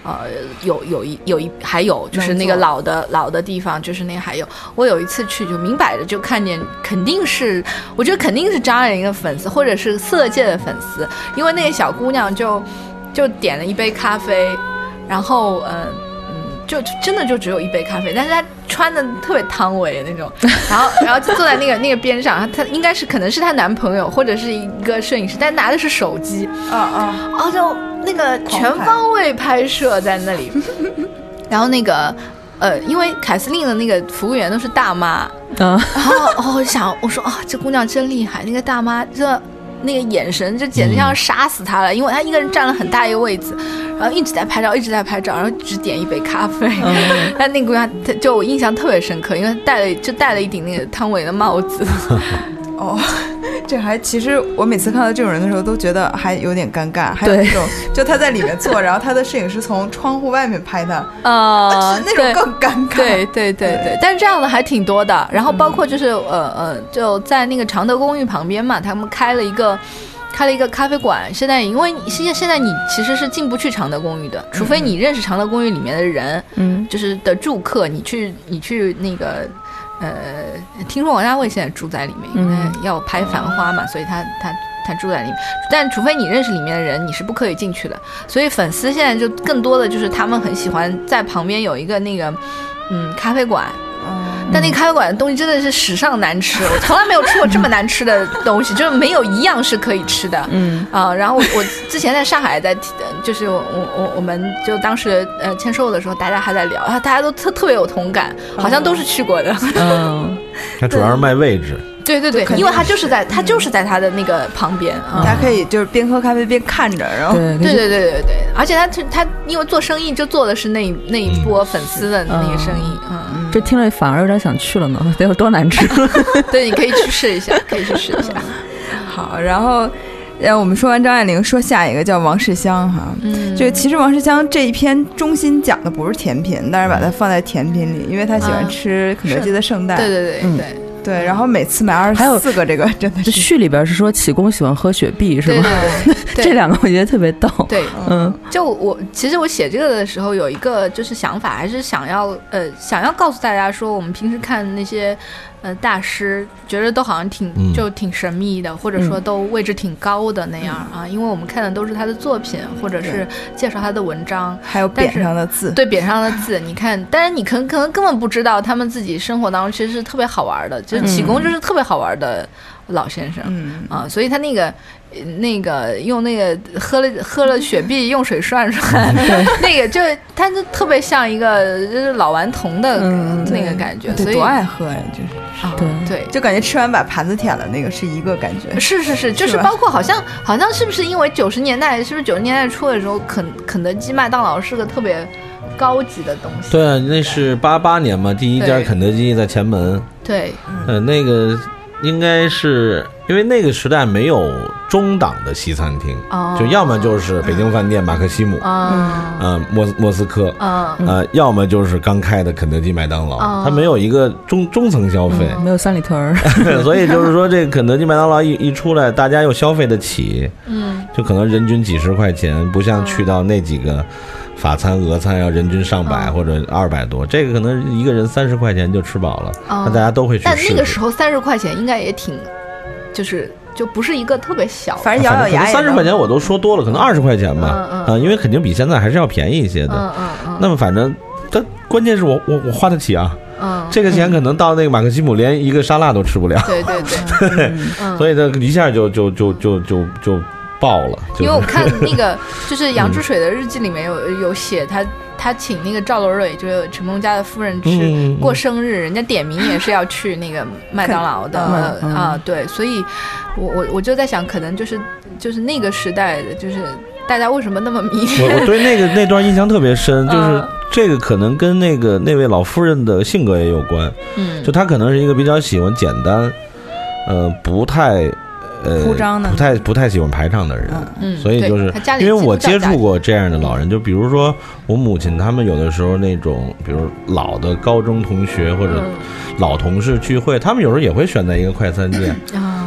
还有就是那个老的地方，就是那还有，我有一次去就明摆着就看见，我觉得肯定是张爱玲的粉丝或者是色戒的粉丝，因为那个小姑娘就点了一杯咖啡，然后就真的就只有一杯咖啡，但是她穿的特别汤唯那种，然后就坐在那个边上，她应该是可能是她男朋友或者是一个摄影师，但拿的是手机就那个全方位拍摄在那里，然后那个因为凯司令的那个服务员都是大妈，然后我说这姑娘真厉害，那个大妈那个眼神就简直像杀死她了，因为她一个人占了很大一个位置，然后一直在拍照，然后只点一杯咖啡。但那个姑娘就我印象特别深刻，因为戴了一顶那个汤唯的帽子。 这其实我每次看到这种人的时候都觉得还有点尴尬，还有那种就他在里面坐，然后他的摄影师从窗户外面拍他，那种更尴尬。 对，但是这样的还挺多的。然后包括就是就在那个常德公寓旁边嘛，他们开了一个咖啡馆。现在因为现在你其实是进不去常德公寓的，除非你认识常德公寓里面的人，就是的住客，你去那个。听说王家卫现在住在里面，因为要拍《繁花》嘛，所以他住在里面。但除非你认识里面的人，你是不可以进去的。所以粉丝现在就更多的就是他们很喜欢在旁边有一个那个咖啡馆。但那咖啡馆的东西真的是史上难吃，我从来没有吃过这么难吃的东西，就是没有一样是可以吃的。然后我之前在上海就是我们就当时签售的时候，大家还在聊，大家都特别有同感，好像都是去过的。 它主要是卖位置。 对，因为他就是在他的那个旁边， 大家可以就是边喝咖啡边看着，然后对，而且他因为做生意就做的是那一波粉丝的那个生意， 这听了反而有点想去了呢，得有多难吃。 对，你可以去试一下， 好，然后我们说完张爱玲，说下一个叫王世襄哈，就其实王世襄这一篇中心讲的不是甜品，但是把它放在甜品里，因为他喜欢吃肯德基的圣代。对，然后每次买24个，这个真的是序里边是说启功喜欢喝雪碧是吗？这两个我觉得特别逗。 对，其实我写这个的时候有一个就是想法，还是想要告诉大家说，我们平时看那些大师，觉得都好像挺神秘的，或者说都位置挺高的那样因为我们看的都是他的作品，或者是介绍他的文章， 还有匾上的字。 对，匾上的字，你看，但是你可能根本不知道他们自己生活当中其实是特别好玩的，就是启功就是特别好玩的老先生，所以他那个用那个喝了雪碧用水涮那个他就特别像一个就是老顽童的那个感觉，所以多爱喝呀，就是对， 就感觉吃完把盘子舔了那个是一个感觉。 是，就是包括好像是不是因为90年代初的时候，肯德基麦当劳是个特别高级的东西。 对，那是88年嘛，第一家肯德基在前门。 对， 那个应该是因为那个时代没有中档的西餐厅，就要么就是北京饭店、马克西姆，莫斯科，要么就是刚开的肯德基、麦当劳，它没有一个中层消费， 没有三里屯所以就是说这肯德基、麦当劳一出来，大家又消费得起，就可能人均几十块钱，不像去到那几个法餐、俄餐要人均上百或者200多，这个可能一个人30块钱就吃饱了，那大家都会去试。 但那个时候30块钱应该也挺，就不是一一个特别小， 反正咬咬牙。 30块钱我都说多了，可能20块钱吧，因为肯定比现在还是要便宜一些的。那么反正，但关键是我花得起啊。这个钱可能到那个马克西姆连一个沙拉都吃不了。 对， 所以这一下就爆了。 因为我看那个就是杨之水的日记里面有写他请那个赵罗蕊，就是陈梦家的夫人吃过生日，人家点名也是要去那个麦当劳的对，所以我就在想，可能就是那个时代的，就是大家为什么那么迷恋我对那段印象特别深，就是这个可能跟那位老夫人的性格也有关，就她可能是一个比较喜欢简单，不太铺张的， 不太喜欢排场的人，所以就是因为我接触过这样的老人，就比如说我母亲他们有的时候那种，比如老的高中同学或者老同事聚会，他们有时候也会选在一个快餐店，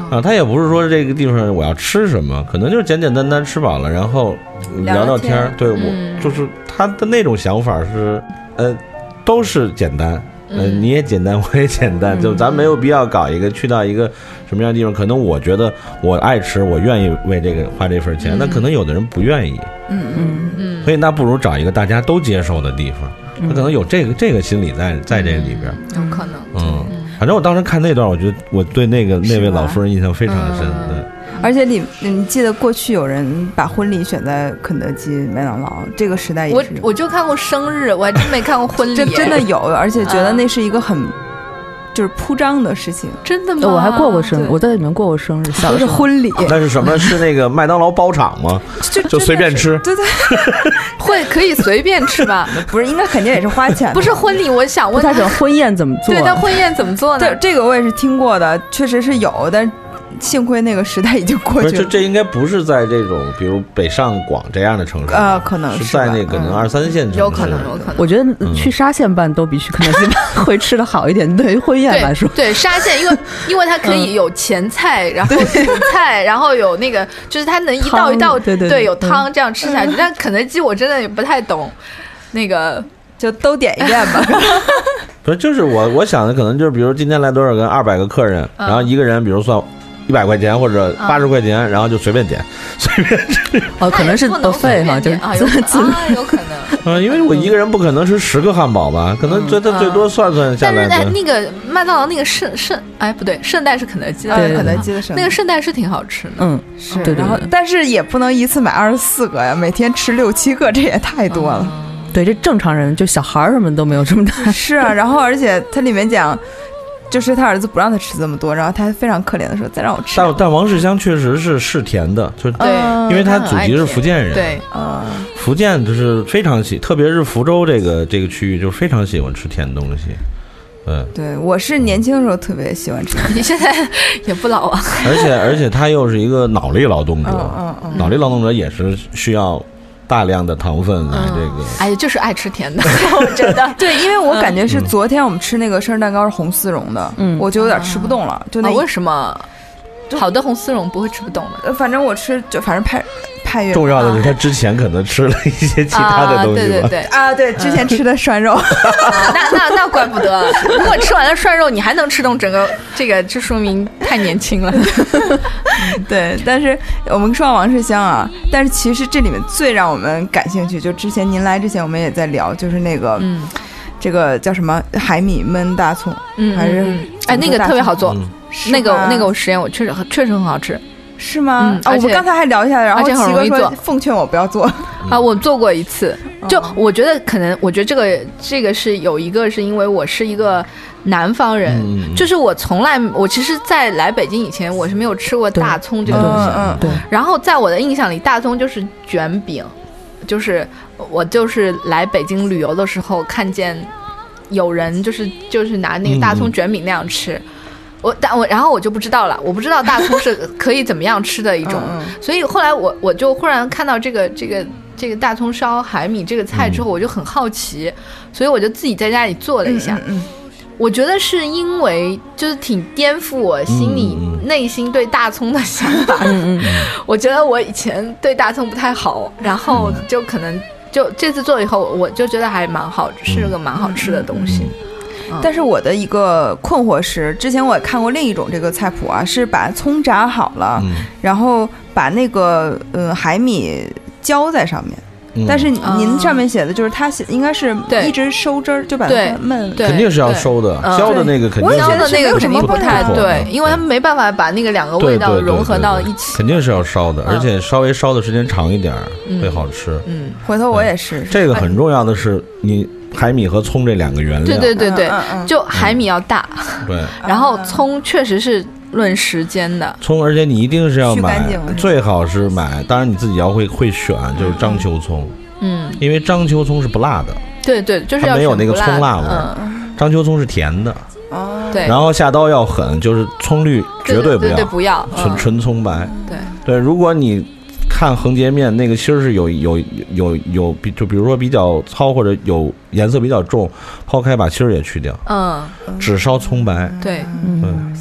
啊，他也不是说这个地方我要吃什么，可能就是简简单单吃饱了，然后聊聊天。对，我就是他的那种想法是，都是简单。你也简单，我也简单，就咱没有必要搞一个去到一个什么样的地方。可能我觉得我爱吃，我愿意为这个花这份钱，那可能有的人不愿意。所以那不如找一个大家都接受的地方。他可能有这个心理在这个里边， 有可能。 反正我当时看那段，我觉得我对那位老夫人印象非常深。对。 而且你记得过去有人把婚礼选在肯德基、麦当劳，这个时代也是。 我就看过生日，我还真没看过婚礼。 真的有，而且觉得那是一个很就是铺张的事情。 真的吗？ 我还过生日，我在里面过过生日， 不是婚礼。 那是什么？是那个麦当劳包场吗？就随便吃。 对， 可以随便吃吧？ 不是，应该肯定也是花钱。 不是婚礼，我想问他这婚宴怎么做？ 对，他婚宴怎么做呢？ 这个我也是听过的，确实是有，但幸亏那个时代已经过去了。 这应该不是在这种比如北上广这样的城市可能是在那个2、3线城市。 有可能。 我觉得去沙县办都比去肯德基办会吃的好一点。对于婚宴来说， 对沙县，因为它可以有前菜，然后主菜，然后有那个就是它能一道一道对有汤这样吃下去。但肯德基我真的也不太懂，那个就都点一遍吧。 不是，就是我想的可能就是比如今天来多少个200个客人，然后一个人比如算100块钱或者80块钱，然后就随便点，随便吃。 可能是buffet哈，就是有可能。 因为我一个人不可能吃10个汉堡吧，可能最多算下来。 但是那个麦当劳那个不对，圣代是肯德基的， 肯德基的那个圣代是挺好吃的。 是。然后但是也不能一次买24个呀，每天吃6、7个，这也太多了。 对，这正常人就小孩什么都没有这么大。 是啊，然后而且它里面讲。就是他儿子不让他吃这么多，然后他非常可怜的说：“再让我吃。” 但王世襄确实是甜的，就对， 因为他祖籍是福建人， 对， 福建就是非常特别是福州这个区域，就非常喜欢吃甜东西。 对，我是年轻的时候特别喜欢吃， 你现在也不老啊。 而且他又是一个脑力劳动者，脑力劳动者也是需要大量的糖分来这个， 哎呀，就是爱吃甜的，我觉得对，因为我感觉是昨天我们吃那个生日蛋糕是红丝绒的，我就有点吃不动了，就那为什么？好的红丝绒不会吃不动的， 反正我吃就反正派越重要的是他之前可能吃了一些其他的东西吧， 对，之前吃的涮肉， 那怪不得，如果吃完了涮肉你还能吃动整个这个，就说明太年轻了。 对，但是我们说到王世襄啊，但是其实这里面最让我们感兴趣，就之前您来之前我们也在聊，就是那个这个叫什么海米焖大葱，还是那个特别好做。那个我实验我确实很好吃， 是吗？我们刚才还聊一下，然后齐哥说奉劝我不要做啊，我做过一次，就我觉得可能，我觉得这个是有一个是因为我是一个南方人，就是我其实在来北京以前我是没有吃过大葱这个东西， 对。 然后在我的印象里，大葱就是卷饼，就是我就是来北京旅游的时候看见有人就是拿那个大葱卷饼那样吃。然后我就不知道了，我不知道大葱是可以怎么样吃的一种，所以后来我就忽然看到这个大葱烧海米这个菜之后，我就很好奇，所以我就自己在家里做了一下。我觉得是因为就是挺颠覆我心里内心对大葱的想法。我觉得我以前对大葱不太好，然后就可能就这次做了以后，我就觉得还蛮好，是个蛮好吃的东西。 但是我的一个困惑是，之前我也看过另一种这个菜谱啊，是把葱炸好了，然后把那个海米浇在上面。但是您上面写的就是它应该是一直收汁儿，就把它焖， 肯定是要收的，浇的那个肯定浇的那个肯定不太对，因为他们没办法把那个两个味道融合到一起， 肯定是要烧的，而且稍微烧的时间长一点会好吃。 回头我也试试。 这个很重要的是你海米和葱这两个原料， 对，就海米要大， 对， 然后葱确实是论时间的葱，而且你一定是要买，最好是买，当然你自己要会选，就是章丘葱，因为章丘葱是不辣的， 对，就是要它没有那个葱辣味，章丘葱是甜的， 对， 然后下刀要狠，就是葱绿绝对不要， 纯葱白， 对， 如果你看横截面那个芯儿是有就比如说比较糙或者有颜色比较重，抛开把芯儿也去掉，只烧葱白， 对， 想想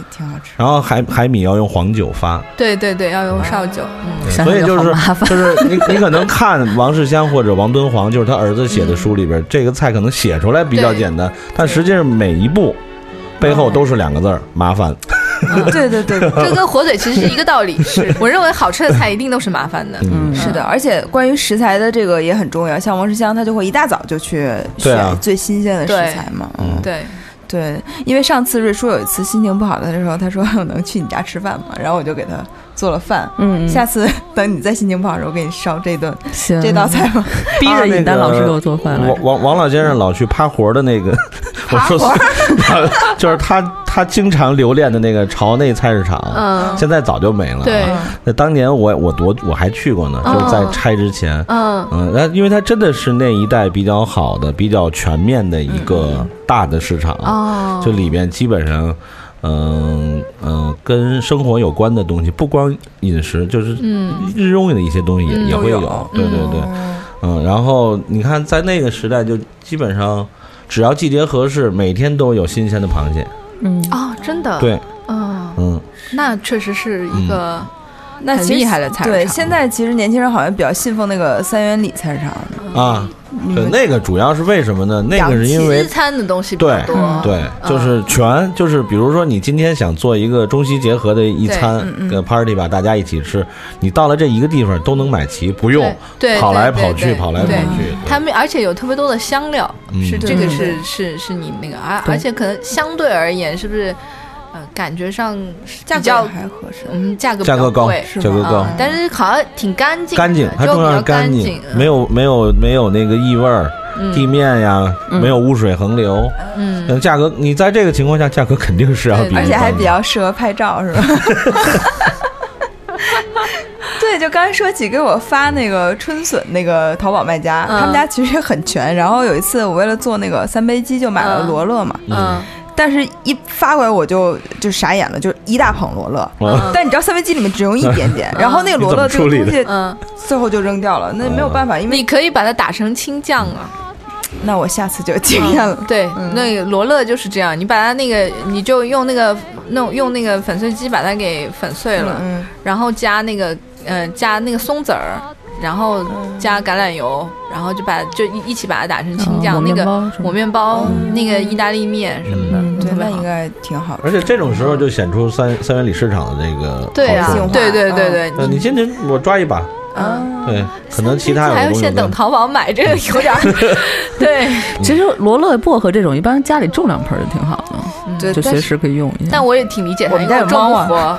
挺好吃。 然后海米要用黄酒发， 对对对，要用绍酒。 所以就是你可能看王世襄或者王敦煌，就是他儿子写的书里边，这个菜可能写出来比较简单，但实际上每一步背后都是2个字儿：麻烦。 对对对， 这跟火腿其实是一个道理。是，我认为好吃的菜一定都是麻烦的。 是的，而且关于食材的这个也很重要。像王世襄，他就会一大早就去选最新鲜的食材嘛。对，因为上次瑞叔有一次心情不好的时候，他说我能去你家吃饭吗？然后我就给他做了饭。下次等你再心情不好的时候，我给你烧这道菜吧。 逼着尹丹老师给我做饭。 王老先生老去趴活的那个，我说就是他经常留恋的那个朝内菜市场，现在早就没了。 对， 那当年我还去过呢，就是在拆之前。因为它真的是那一带比较好的、比较全面的一个大的市场，就里边基本上。跟生活有关的东西，不光饮食，就是日用的一些东西也会有。对对对，然后你看，在那个时代，就基本上只要季节合适，每天都有新鲜的螃蟹。 真的。 对， 那确实是一个很厉害的菜市场。 对，现在其实年轻人好像比较信奉那个三元里菜市场啊。对，那个主要是为什么呢？那个是因为日餐的东西比较多。 对，就是比如说你今天想做一个中西结合的一餐，跟 party 吧，大家一起吃，你到了这一个地方都能买齐，不用跑来跑去。 他们而且有特别多的香料，是这个是你那个，而且可能相对而言是不是？感觉上价格还合适， 价格高， 价格高， 但是好像挺干净， 还重要是干净，没有那个异味儿，地面呀没有污水横流，价格你在这个情况下，价格肯定是要比， 而且还比较适合拍照，是吧？对，就刚才说起给我发那个春笋那个淘宝卖家，他们家其实很全。然后有一次我为了做那个三杯鸡，就买了罗勒嘛，但是一发过来我就傻眼了，就一大捧罗勒，但你知道三杯鸡里面只用一点点，然后那个罗勒这个东西，最后就扔掉了，那没有办法，因为你可以把它打成青酱啊。 那我下次就经验了。 对，那个罗勒就是这样，你把它那个，你就用那个粉碎机把它给粉碎了，然后加那个松子儿。然后加橄榄油，然后就一起把它打成青酱，那个抹面包，那个意大利面什么的， 对，那应该挺好。 而且这种时候就显出三元里市场的这个对啊，对， 你今天我抓一把。对，可能其他还要先等淘宝买，这个有点对。 其实罗勒、薄荷这种，一般家里种2盆就挺好的，就随时可以用一下。 但我也挺理解他，因为我种不活。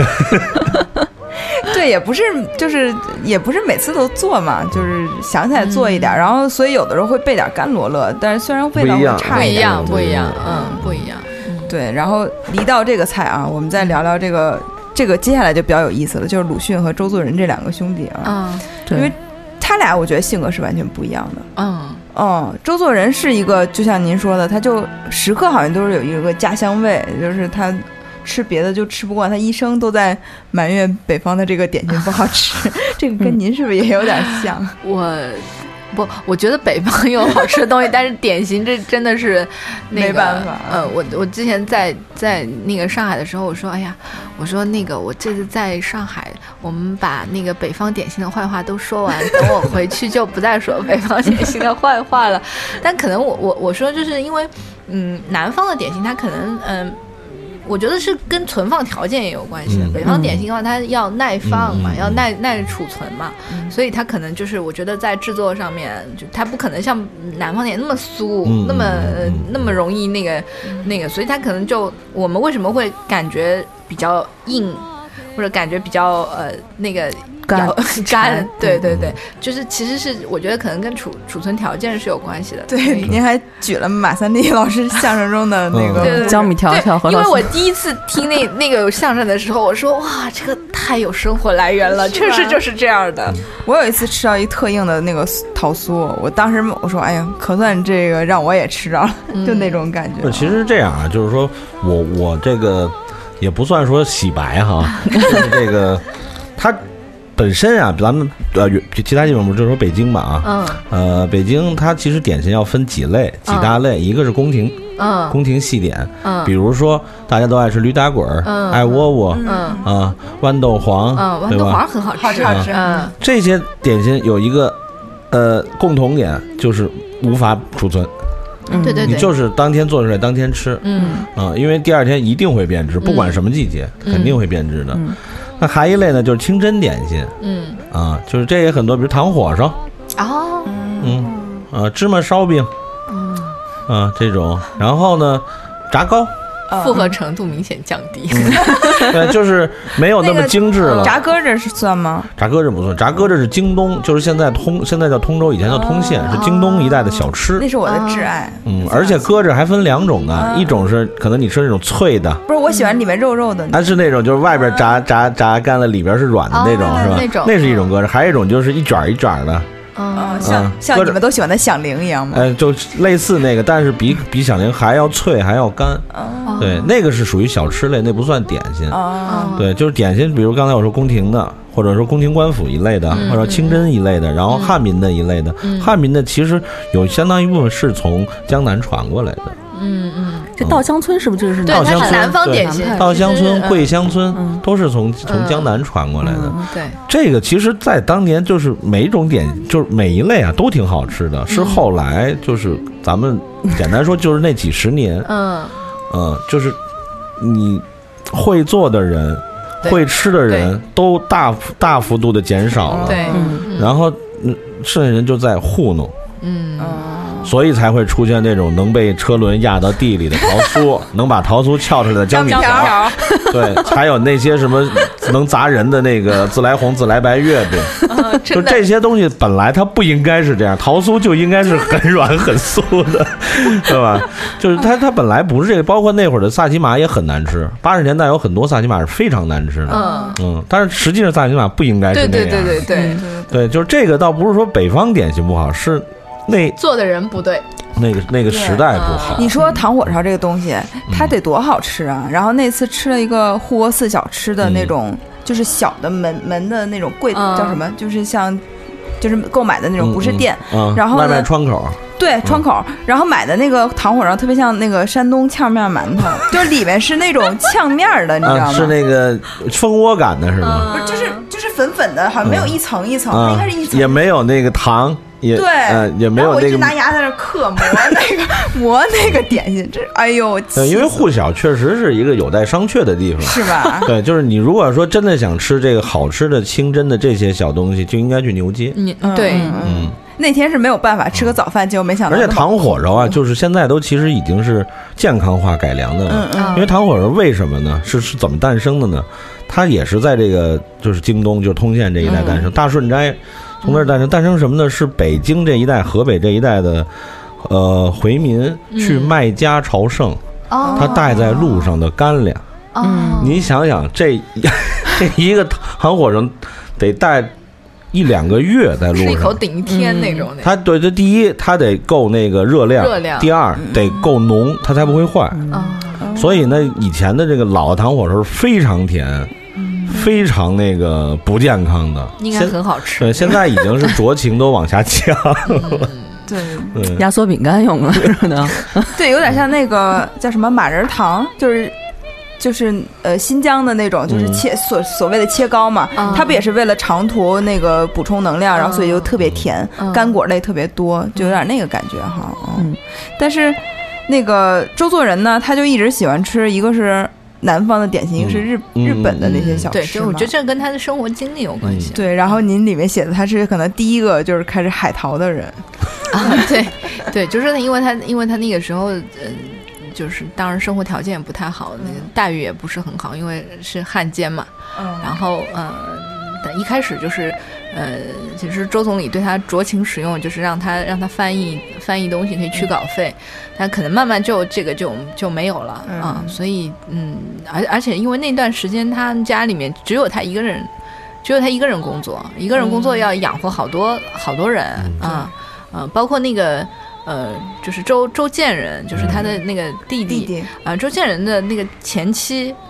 对，也不是每次都做嘛，就是想起来做一点，然后所以有的时候会备点干罗勒，但是虽然味道会差一点， 不一样。 对，然后离到这个菜啊，我们再聊聊这个接下来就比较有意思了，就是鲁迅和周作人这2个兄弟啊，因为他俩我觉得性格是完全不一样的。周作人是一个，就像您说的，他就时刻好像都是有一个家乡味，就是他。吃别的就吃不惯，他一生都在埋怨北方的这个点心不好吃，这个跟您是不是也有点像？ 我觉得北方有好吃的东西，但是点心这真的是没办法。 我之前在那个上海的时候，我说哎呀，我说那个我这次在上海，我们把那个北方点心的坏话都说完，等我回去就不再说北方点心的坏话了。但可能我说就是因为南方的点心它可能我觉得是跟存放条件也有关系的。北方点心的话，它要耐放嘛，要耐储存嘛，所以它可能就是我觉得在制作上面，就它不可能像南方点那么酥，那么容易那个，所以它可能就我们为什么会感觉比较硬，或者感觉比较那个。干，对，就是其实是我觉得可能跟储存条件是有关系的。 对，您还举了马三立老师相声中的那个江米条条和因为我第一次听那个相声的时候，我说哇，这个太有生活来源了，确实就是这样的。 我有一次吃到一特硬的那个桃酥，我当时我说哎呀，可算这个让我也吃着了，就那种感觉。 其实这样啊，就是说我这个也不算说洗白哈，就是这个他本身啊，咱们其他地方不就说北京嘛啊，北京它其实点心要分几大类，一个是宫廷。宫廷细点，比如说大家都爱吃驴打滚，爱窝窝，豌豆黄， 豌豆黄很好吃， 这些点心有一个共同点，就是无法储存。 对， 你就是当天做出来当天吃，因为第二天一定会变质，不管什么季节，肯定会变质的。那还一类呢，就是清真点心，就是这也很多，比如糖火烧，芝麻烧饼。这种，然后呢，炸糕， 复合程度明显降低。 对，就是没有那么精致了。 炸鸽子是算吗？ 炸鸽子不算，炸鸽子是京东，就是现在叫通州，以前叫通县，是京东一带的小吃。 那是我的挚爱。 而且鸽子还分2种呢，一种是可能你吃那种脆的， 不是我喜欢里面肉肉的， 它是那种就是外边炸干了，里边是软的那种，是吧？ 那种那是一种鸽子，还有一种就是一卷一卷的。 像你们都喜欢的响铃一样吗？ 就类似那个，但是比响铃还要脆，还要干。对，那个是属于小吃类，那不算点心。对，就是点心，比如刚才我说宫廷的，或者说宫廷官府一类的，或者清真一类的，然后汉民的一类的。汉民的其实有相当一部分是从江南传过来的。 这稻香村是不是就是对，它是南方点心， 稻香村、桂香村都是从江南传过来的。 对， 这个其实在当年就是每一种就是每一类啊都挺好吃的，是后来就是咱们简单说就是那几十年，就是你会做的人、会吃的人都大幅度的减少了， 对， 然后剩下人就在糊弄，所以才会出现那种能被车轮压到地里的桃酥，能把桃酥撬出来的江米条，对，还有那些什么能砸人的那个自来红、自来白月饼，就这些东西本来它不应该是这样，桃酥就应该是很软很酥的，对吧？就是它本来不是这个，包括那会儿的萨琪玛也很难吃，80年代有很多萨琪玛是非常难吃的，但是实际上萨琪玛不应该是那样，对，就是这个倒不是说北方点心不好，是那做的人不对， 那个时代不好。 你说糖火烧这个东西，它得多好吃啊！然后那次吃了一个护国寺小吃的那种，就是小的门的那种柜，叫什么？就是像，就是购买的那种，不是店。然后外卖窗口。 对，窗口。然后买的那个糖火烧特别像那个山东炝面馒头，就是里面是那种炝面的，你知道吗？ 是那个蜂窝感的是吗？ 不是，就是粉粉的，好像没有一层一层，应该是一层。 也没有那个糖。 对， 也没有那个。 我一直拿牙在那刻磨那个点心，这哎呦！ 因为沪小确实是一个有待商榷的地方， 是吧？ 对，就是你如果说真的想吃这个好吃的清真的这些小东西，就应该去牛街。 对， 那天是没有办法吃个早饭，结果没想到。 而且糖火烧啊，就是现在都其实已经是健康化改良的了。因为糖火烧为什么呢？是怎么诞生的呢？它也是在这个就是京东，就是通县这一带诞生，大顺斋。从那儿诞生什么呢？是北京这一带、河北这一带的，回民去卖家朝圣，他带在路上的干粮。你想想，这一个糖火烧得带1-2个月在路上， 吃一口顶一天那种。 它对，这第一，它得够那个热量；第二，得够浓，它才不会坏。所以呢，以前的这个老的糖火烧非常甜。非常那个不健康的， 应该很好吃。 对，现在已经是酌情都往下降了。 对， 压缩饼干用了是的。 对，有点像那个叫什么马仁糖，就是新疆的那种，就是所谓的切糕嘛，它不也是为了长途那个补充能量，然后所以就特别甜，干果类特别多，就有点那个感觉哈。但是那个周作人呢，他就一直喜欢吃，一个是南方的点心，一个是日本的那些小吃。 对，就我觉得这跟他的生活经历有关系。 对，然后您里面写的他是可能第一个就是开始海淘的人。 对，就是因为他那个时候就是当然生活条件也不太好，那个待遇也不是很好，因为是汉奸嘛。然后一开始就是其实周总理对他酌情使用，就是让他翻译东西可以取稿费，但可能慢慢这个就没有了啊。所以而且因为那段时间他家里面只有他一个人工作，一个人工作要养活好多人啊。包括那个就是周建人，就是他的那个弟弟啊，周建人的那个前妻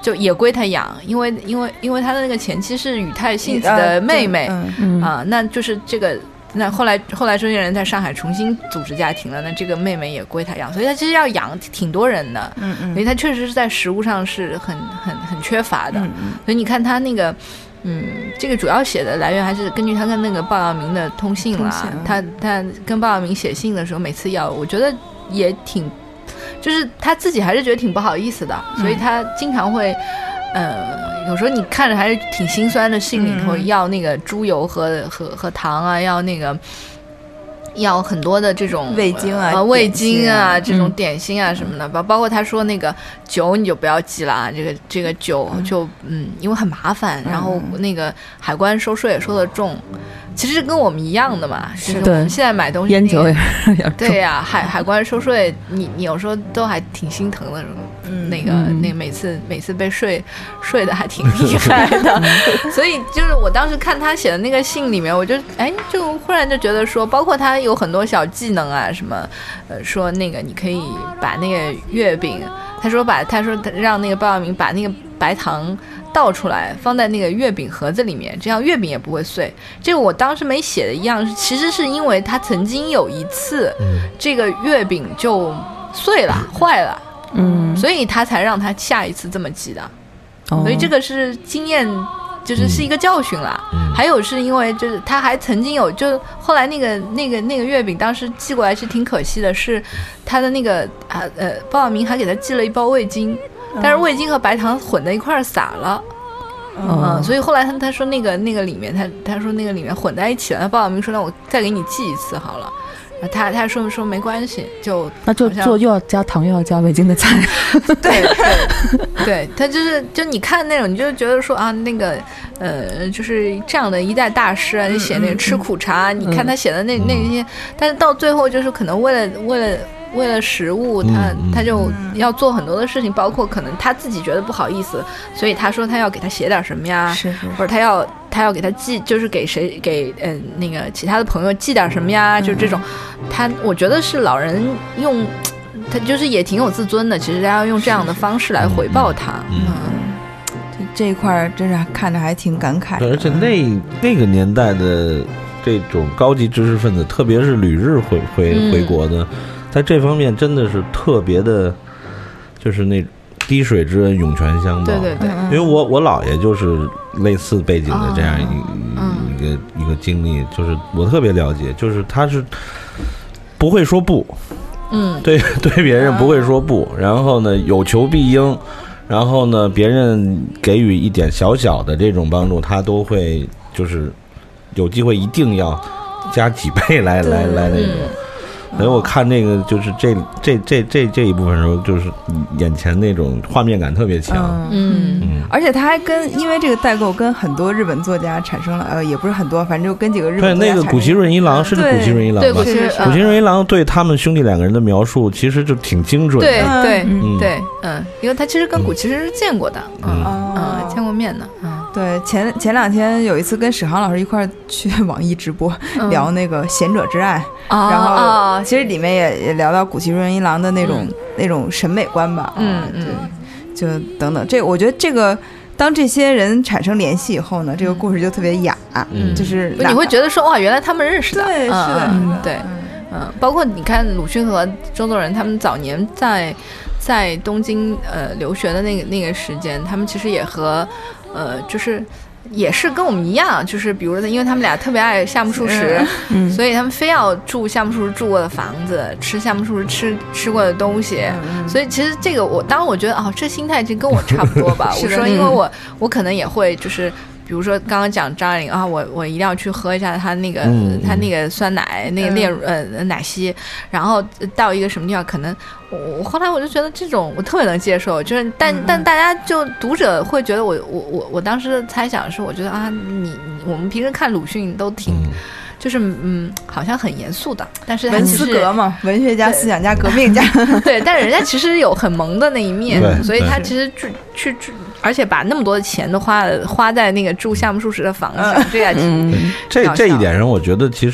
就也归他养，因为他的那个前妻是宇太幸子的妹妹那就是这个。那后来周杰伦在上海重新组织家庭了，那这个妹妹也归他养，所以他其实要养挺多人的，所以他确实是在食物上是很缺乏的，所以你看他那个。这个主要写的来源还是根据他跟那个鲍耀明的通信啦。他跟鲍耀明写信的时候，每次我觉得也挺，就是他自己还是觉得挺不好意思的，所以他经常会，有时候你看着还是挺心酸的，信里头要那个猪油和糖啊，要那个。要很多的这种味精这种点心啊什么的，包括他说那个酒你就不要寄了啊，这个酒就因为很麻烦，然后那个海关收税也收得重，其实跟我们一样的嘛，是我们现在买东西烟酒也对呀，海关收税你有时候都还挺心疼的，那个每次被税的还挺厉害的，所以就是我当时看他写的那个信里面，我就忽然就觉得说，包括他有很多小技能啊什么，说那个你可以把那个月饼，他说让那个鲍耀明把那个白糖倒出来放在那个月饼盒子里面，这样月饼也不会碎。这个我当时没写的一样，其实是因为他曾经有一次这个月饼就碎了坏了，所以他才让他下一次这么寄的，所以这个是经验，就是一个教训啦。还有是因为就是他还曾经有，就后来那个月饼当时寄过来是挺可惜的，是他的那个鲍耀明还给他寄了一包味精，但是味精和白糖混在一块儿撒了。所以后来他说那个里面他说那个里面混在一起了，那鲍耀明说那我再给你寄一次好了。他说没关系， 那就做又要加糖又要加味精的菜。 对，他就你看那种，你就觉得说啊，那个就是这样的一代大师啊，你写那个吃苦茶，你看他写的那些，但是到最后就是可能为了食物，他就要做很多的事情，包括可能他自己觉得不好意思，所以他说他要给他写点什么呀，或者他要给他寄，就是给谁给那个其他的朋友寄点什么呀，就这种，我觉得是老人用，他就是也挺有自尊的，其实他要用这样的方式来回报他。 这一块真是看着还挺感慨的。 而且那个年代的这种高级知识分子，特别是旅日回国的。在这方面真的是特别的，就是那滴水之恩涌泉相报。 对， 因为我姥爷就是类似背景的这样一个经历，就是我特别了解，就是他是不会说不，对别人不会说不，然后呢有求必应，然后呢别人给予一点小小的这种帮助，他都会就是有机会一定要加几倍来那种。所以我看这个就是这一部分时候，就是眼前那种画面感特别强。 而且他还因为这个代购跟很多日本作家产生了也不是很多，反正就跟几个日本作家对那个谷崎润一郎是谷崎润一郎吧？谷崎润一郎对他们兄弟两个人的描述其实就挺精准的。 对，因为他其实跟谷崎是见过的，见过面的。 对，前两天有一次跟史航老师一块去网易直播聊那个贤者之爱，然后其实里面也聊到谷崎润一郎的那种审美观吧，对，就等等。我觉得这个当这些人产生联系以后呢，这个故事就特别雅，就是你会觉得说哇，原来他们认识的， 对，是的， 对，包括你看鲁迅和周作人他们早年在东京留学的那个时间，他们其实也和就是也是跟我们一样，就是比如说因为他们俩特别爱夏目漱石，所以他们非要住夏目漱石住过的房子，吃夏目漱石吃过的东西，所以其实这个当时我觉得这心态其实跟我差不多吧。我说因为我可能也会就是比如说刚刚讲张爱玲我一定要去喝一下她那个酸奶那个奶昔，然后到一个什么地方，可能我后来我就觉得这种我特别能接受，就是但大家就读者会觉得我当时猜想是我觉得我们平时看鲁迅都挺就是好像很严肃的，但是文思格嘛，文学家、思想家、革命家， 对，但是人家其实有很萌的那一面，所以他其实去而且把那么多的钱都花在那个住夏目漱石的房上，这也挺这一点上，我觉得其实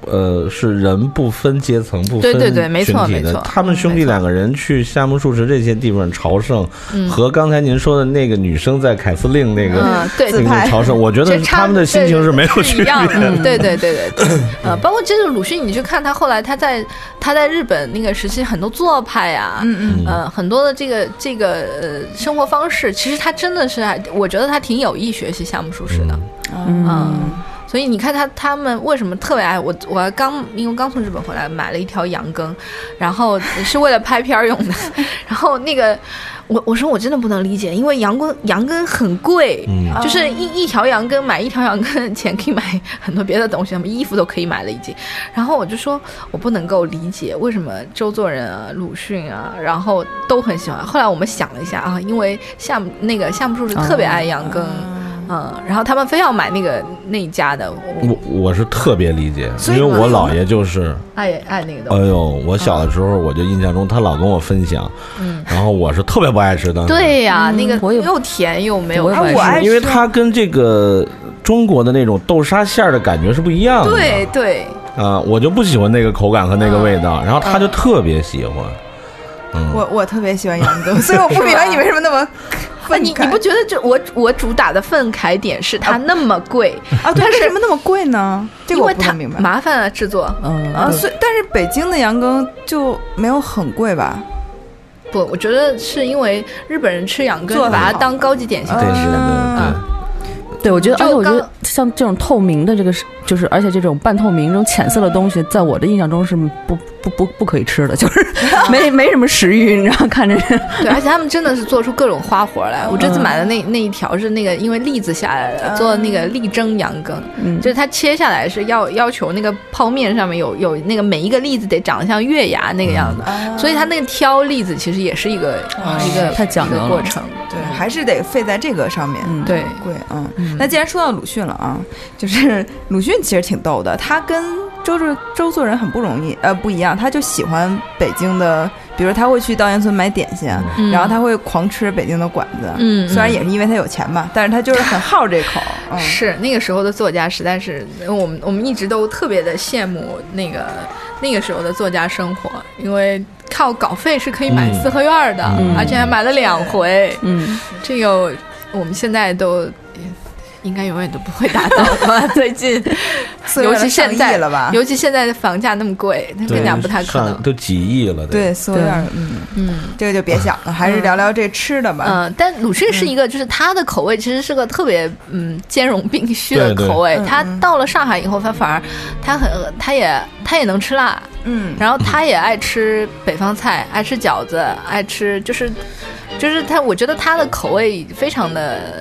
是人不分阶层不分对没错群体的，他们兄弟两个人去夏目漱石这些地方朝圣，和刚才您说的那个女生在凯司令那个对朝圣，我觉得他们的心情是没有区别的。 对，包括这个鲁迅，你去看他后来他在日本那个时期很多做派啊，很多的这个生活方式，其实他真的是我觉得他挺有意学习夏目漱石的，所以你看他们为什么特别爱我因为刚从日本回来买了一条羊羹，然后是为了拍片用的，然后那个我说我真的不能理解，因为羊羹很贵，就是一条羊羹买一条羊羹的钱可以买很多别的东西，什么衣服都可以买了已经。然后我就说我不能够理解为什么周作人啊、鲁迅啊，然后都很喜欢。后来我们想了一下啊，因为夏目漱石特别爱羊羹。然后他们非要买那一家的， 我是特别理解，因为我姥爷就是爱那个东西。 哎呦，我小的时候我就印象中他老跟我分享，然后我是特别不爱吃的。 对呀，那个又甜又没有， 我爱吃，因为它跟这个中国的那种豆沙馅的感觉是不一样的。 对我就不喜欢那个口感和那个味道，然后他就特别喜欢。 我特别喜欢羊羹，所以我不明白你为什么那么你不觉得就我主打的愤慨点是它那么贵啊？对，为什么那么贵呢？这个我不明白。 麻烦啊，制作。 所以但是北京的羊羹就没有很贵吧？ 不，我觉得是因为日本人吃羊羹把它当高级点心吃的。 对，我觉得，而且我觉得像这种透明的这个，就是而且这种半透明、这种浅色的东西，在我的印象中是不可以吃的，就是没什么食欲，你知道，看着。 对，而且他们真的是做出各种花活来。我这次买的那一条是那个因为栗子下来的，做的那个栗蒸羊羹，就是它切下来是要求那个泡面上面有那个每一个栗子得长得像月牙那个样子，所以它那个挑栗子其实也是一个太讲究的过程。 对，还是得费在这个上面。 对， 贵。那既然说到鲁迅了啊，就是鲁迅其实挺逗的，他跟周作人很不一样，他就喜欢北京的，比如他会去稻香村买点心，然后他会狂吃北京的馆子，虽然也是因为他有钱吧，但是他就是很好这口。 是那个时候的作家实在是我们一直都特别的羡慕那个时候的作家生活，因为靠稿费是可以买四合院的，而且还买了2回。这个我们现在都应该永远都不会达到吧？最近，尤其现在了吧？尤其现在的房价那么贵，那跟你讲不太可能， 都几亿了。 对，四合院，这个就别想了，还是聊聊这吃的吧。 但鲁迅是一个，就是他的口味其实是个特别兼容并蓄的口味。他到了上海以后，他反而他也能吃辣，然后他也爱吃北方菜，爱吃饺子，爱吃就是他，我觉得他的口味非常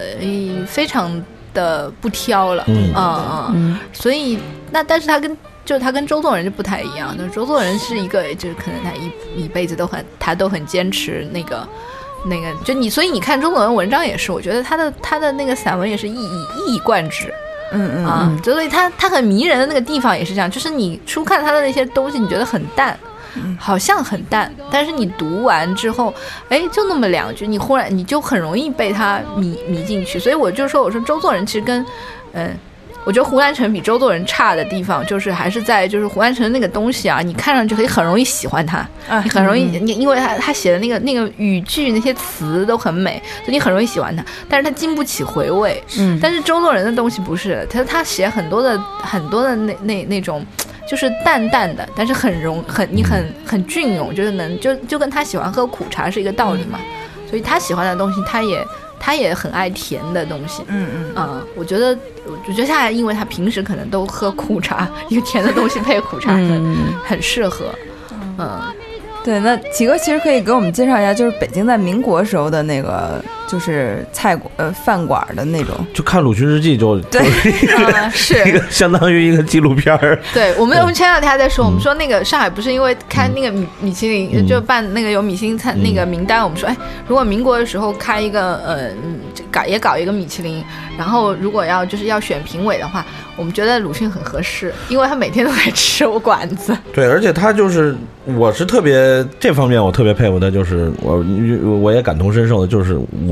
的不挑了，所以但是他跟周作人就不太一样，就是周作人是一个，就是可能他一辈子都很坚持那个，就所以你看周作人文章也是，我觉得他的那个散文也是一以贯之。所以他很迷人的那个地方也是这样，就是你初看他的那些东西，你觉得很淡，好像很淡，但是你读完之后，就那么2句，你就很容易被他迷进去。所以我说周作人其实跟我觉得胡兰成比周作人差的地方，就是还是在就是胡兰成那个东西啊，你看上去可以很容易喜欢他，你很容易因为他写的那个语句那些词都很美，所以你很容易喜欢他，但是他经不起回味。但是周作人的东西不是，他写很多的那种。就是淡淡的，但是很隽永，就是就跟他喜欢喝苦茶是一个道理嘛。所以他喜欢的东西，他也很爱甜的东西。我觉得下来，因为他平时可能都喝苦茶，一个甜的东西配苦茶很适合。 对，那启哥其实可以给我们介绍一下，就是北京在民国时候的那个就是饭馆的那种。 就看鲁迅日记是一个相当于一个纪录片儿。 对，我们前2天还在说，我们说那个上海不是因为开那个米其林，就办那个有米其林餐那个名单，我们说如果民国的时候开一个也搞一个米其林，然后如果要选评委的话，我们觉得鲁迅很合适，因为他每天都在吃馆子。 对，而且他就是我是特别这方面我特别佩服的，就是我也感同身受的，就是我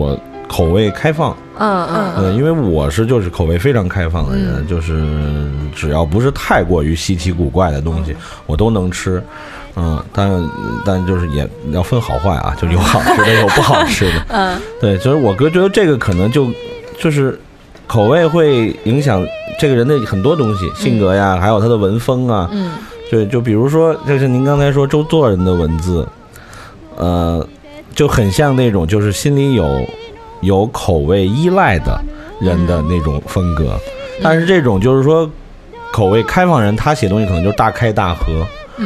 口味开放。因为我就是口味非常开放的人，就是只要不是太过于稀奇古怪的东西，我都能吃。但就是也要分好坏啊，就有好吃的有不好吃的。对，就是我哥觉得这个可能就是口味会影响这个人的很多东西，性格呀，还有他的文风啊。对，就比如说，就是您刚才说周作人的文字，就很像那种就是心里有口味依赖的人的那种风格。但是这种就是说口味开放人，他写东西可能就是大开大合。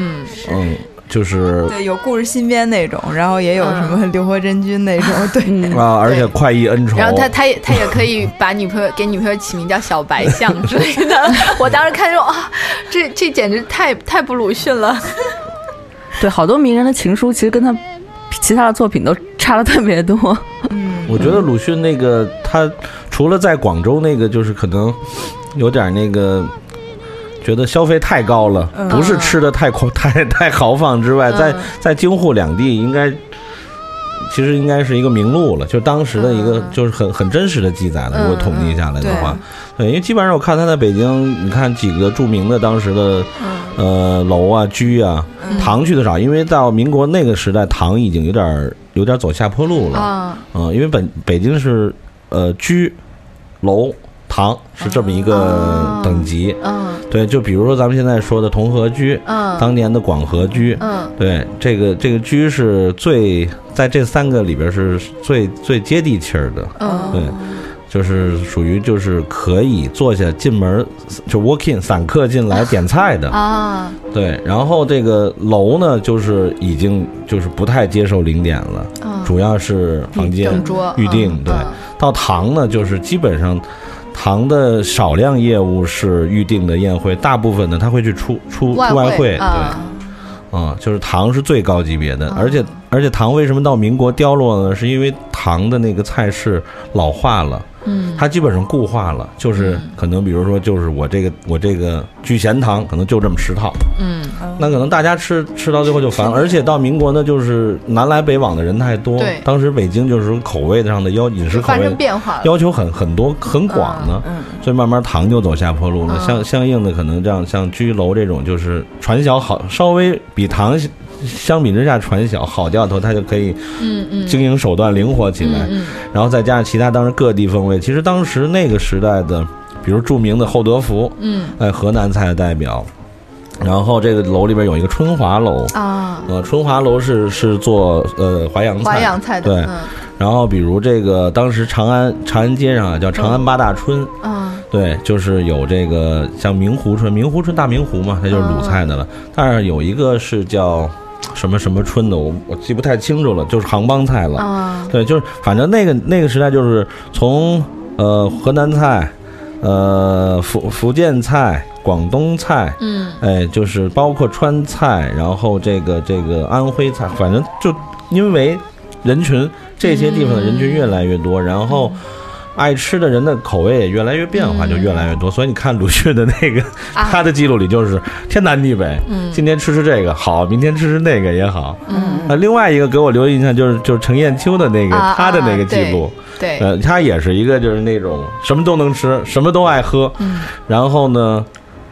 就是对有故事新编那种，然后也有什么刘和珍君那种，对而且快意恩仇。 然后他也可以把给女朋友起名叫小白象之类的。我当时看说这简直太不鲁迅了。 对，好多名人的情书其实跟他其他的作品都差得特别多。 我觉得鲁迅那个他除了在广州那个就是可能有点那个。觉得消费太高了，不是吃的太豪放之外，在京沪两地其实应该是一个名录了，就当时的一个就是很真实的记载了。如果统计下来的话，对，因为基本上我看他在北京，你看几个著名的当时的楼啊居啊，堂去的少，因为到民国那个时代，堂已经有点走下坡路了。因为北京是居楼。堂是这么一个等级，对，就比如说咱们现在说的同和居，当年的广和居，对，这个居是在这三个里边是最接地气儿的，对，就是属于就是可以坐下进门就 walk in 散客进来点菜的啊，对，然后这个楼呢就是已经就是不太接受0点了，主要是房间预定，对，到堂呢就是基本上。堂的少量业务是预定的宴会，大部分呢他会去出外汇，对，就是堂是最高级别的，而且堂为什么到民国凋落呢？是因为堂的那个菜式老化了，它基本上固化了，就是可能比如说就是我这个聚贤堂可能就这么10套，那可能大家吃到最后就烦了，而且到民国呢就是南来北往的人太多，当时北京就是口味上的饮食口味变化要求很多很广呢，所以慢慢堂就走下坡路了，相应的可能这样像居楼这种就是传小好，稍微比堂相比之下传小好掉头，它就可以经营手段灵活起来，然后再加上其他当时各地风味，其实当时那个时代的比如著名的厚德福，河南菜的代表，然后这个楼里边有一个春华楼春华楼是做淮扬菜的，对，然后比如这个当时长安街上叫长安8大春，对，就是有这个像明湖春大明湖嘛，它就是鲁菜的了，但是有一个是叫什么春的，我记不太清楚了，就是杭帮菜了，对，就是反正那个时代就是从河南菜，福建菜。广东菜，就是包括川菜，然后这个安徽菜，反正就因为人群这些地方的人群越来越多，然后爱吃的人的口味也越来越变化，就越来越多。所以你看鲁迅的那个，他的记录里就是天南地北，今天吃这个好，明天吃那个也好。另外一个给我留印象就是程砚秋的那个他的那个记录， 对， 他也是一个就是那种什么都能吃，什么都爱喝，然后呢。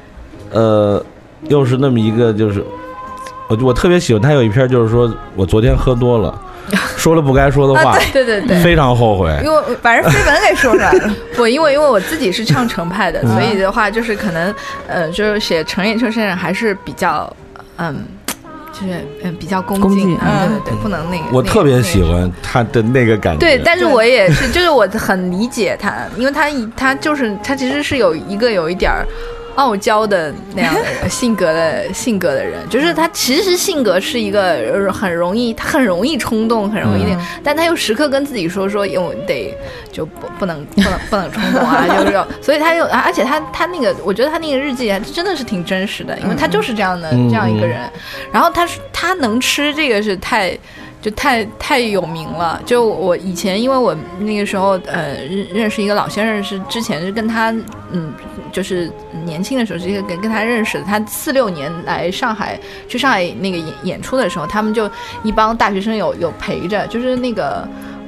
又是那么一个，就是我特别喜欢他有一篇，就是说我昨天喝多了，说了不该说的话， 对， 非常后悔， 因为把人绯闻给说出来了。 因为我自己是唱程派的，所以的话就是可能就是写程砚秋先生还是比较就是比较恭敬，对，不能那个。 我特别喜欢他的那个感觉。 对，但是我也是，就是我很理解他，因为他其实是有一点傲娇的那样的性格的人，就是他其实性格是一个很容易冲动，很容易但他又时刻跟自己说因为得就不能冲动啊，就是所以他又而且他那个我觉得他那个日记真的是挺真实的，因为他就是这样一个人，然后他能吃这个是太有名了。就我以前因为我那个时候认识一个老先生，是之前是跟他就是年轻的时候是跟他认识的，他46年来上海那个演出的时候，他们就一帮大学生有陪着，就是那个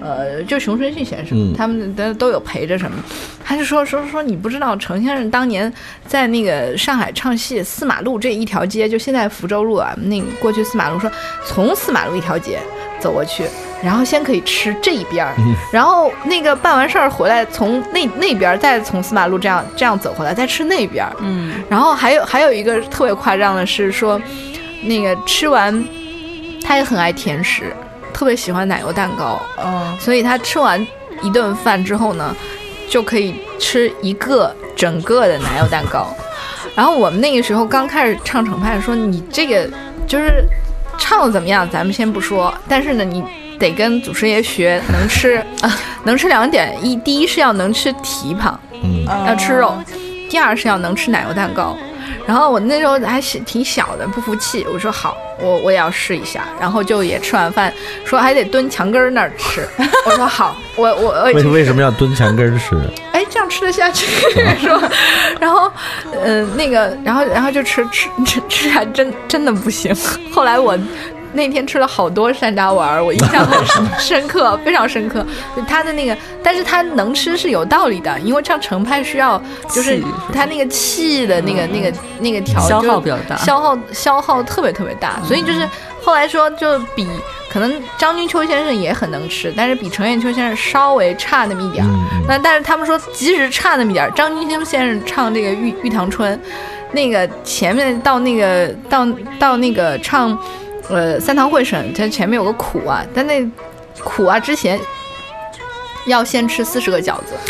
就熊春旭先生，他们都有陪着什么，他就说你不知道程先生当年在那个上海唱戏四马路这一条街，就现在福州路啊，那过去四马路，说从四马路一条街走过去，然后先可以吃这一边，然后那个办完事儿回来，从那边再从四马路这样走回来，再吃那边，然后还有一个特别夸张的是说，那个吃完，他也很爱甜食。特别喜欢奶油蛋糕，所以他吃完一顿饭之后呢，就可以吃一个整个的奶油蛋糕。然后我们那个时候刚开始唱程派，说你这个就是唱的怎么样，咱们先不说，但是呢，你得跟祖师爷学，能吃2点：第一是要能吃蹄膀，要吃肉；第二是要能吃奶油蛋糕。然后我那时候还挺小的，不服气，我说好，我也要试一下。然后就也吃完饭，说还得蹲墙根那儿吃。我说好，我为什么要蹲墙根吃？ 哎，这样吃得下去说。然后那个，然后就吃还真的不行。后来我那天吃了好多山楂丸，我印象很深刻，非常深刻。他的那个，但是他能吃是有道理的，因为唱程派需要，就是他那个气的那个调消耗比较大， 消耗特别大，所以就是后来说，就比可能张君秋先生也很能吃，但是比程砚秋先生稍微差那么一点。但是他们说，即使差那么一点，张君秋先生唱这个《玉堂春》，那个前面到那个唱。三堂会审，它前面有个苦啊，但那苦啊之前要先吃40个饺子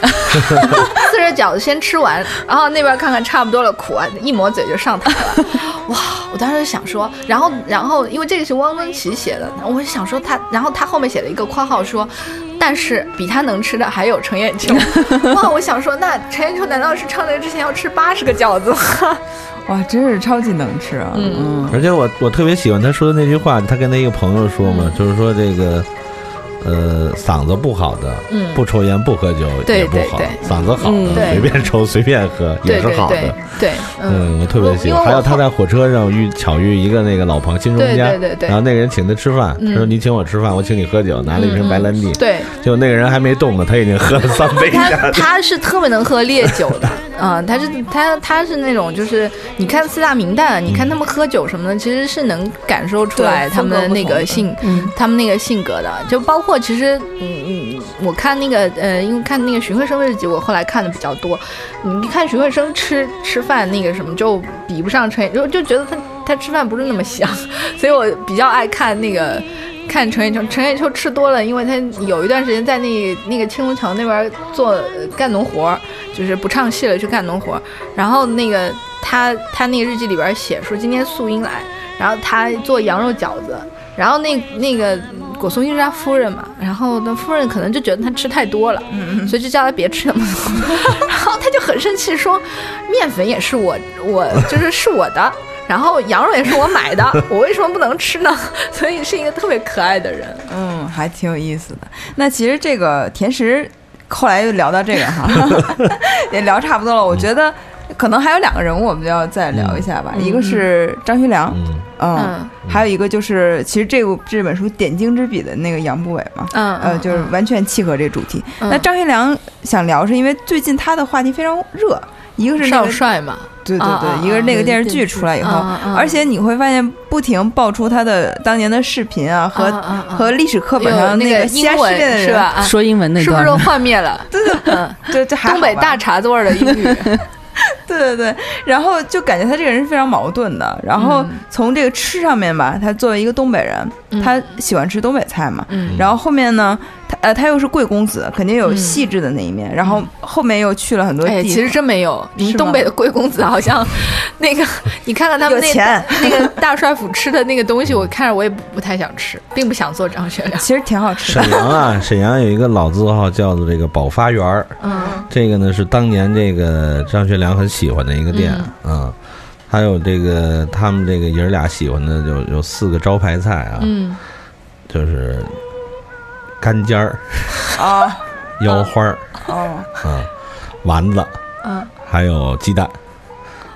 ，40个饺子先吃完，然后那边看看差不多了，苦啊一抹嘴就上台了。哇！我当时就想说，然后因为这个是汪曾祺写的，我就想说他，然后他后面写了一个括号说，但是比他能吃的还有程砚秋。哇！我想说，那程砚秋难道是唱这个之前要吃80个饺子吗？ 哇，真是超级能吃啊！ 而且我特别喜欢他说的那句话，他跟他一个朋友说嘛，就是说这个嗓子不好的，不抽烟不喝酒也不好，嗓子好的随便抽随便喝也是好的。 对， 我特别喜欢。还有他在火车上巧遇一个那个老朋友新中家，然后那个人请他吃饭，他说你请我吃饭，我请你喝酒，拿了一瓶白兰地。 对， 结果那个人还没动呢，他已经喝了3杯下去。 他是特别能喝烈酒的。他是那种，就是你看4大名旦，你看他们喝酒什么的，其实是能感受出来他们那个他们那个性格的。就包括其实，我看那个因为看那个徐慧生日记，我后来看的比较多。你看徐慧生吃饭那个什么，就比不上程砚秋，就觉得他吃饭不是那么香，所以我比较爱看那个。看程砚秋，程砚秋吃多了，因为他有一段时间在那个青龙桥那边干农活，就是不唱戏了去干农活。然后那个他那个日记里边写说今天素英来，然后他做羊肉饺子，然后那个果宋因是他夫人嘛，然后那夫人可能就觉得他吃太多了，所以就叫他别吃那么多。然后他就很生气说，面粉也是我就是我的。然后羊肉也是我买的，我为什么不能吃呢？所以是一个特别可爱的人， 还挺有意思的。那其实这个甜食后来又聊到这个哈，也聊差不多了。我觉得可能还有2个人物我们就要再聊一下吧，一个是张学良，还有一个就是其实这本书点睛之笔的那个杨步伟嘛，就是完全契合这个主题。那张学良想聊是因为最近他的话题非常热。一个是少帅嘛， 对，一个是那个电视剧出来以后，而且你会发现不停爆出他的当年的视频啊，和历史课本上那个英文是吧？ 说英文那段是不是幻灭了？ 对，这东北大碴子味的英语。 对，然后就感觉他这个人是非常矛盾的。然后从这个吃上面吧，他作为一个东北人，他喜欢吃东北菜嘛。然后后面呢，他又是贵公子，肯定有细致的那一面。然后后面又去了很多地方。 其实真没有，你们东北的贵公子好像那个，你看看他们那个大帅府吃的那个东西，我看着我也不太想吃，并不想做张学良。 其实挺好吃的。 沈阳有一个老字号叫做这个宝发园，这个呢是当年这个张学良很喜欢的一个店，还有这个他们这个爷儿俩喜欢的有4个招牌菜啊，就是干尖儿腰花丸子，还有鸡蛋，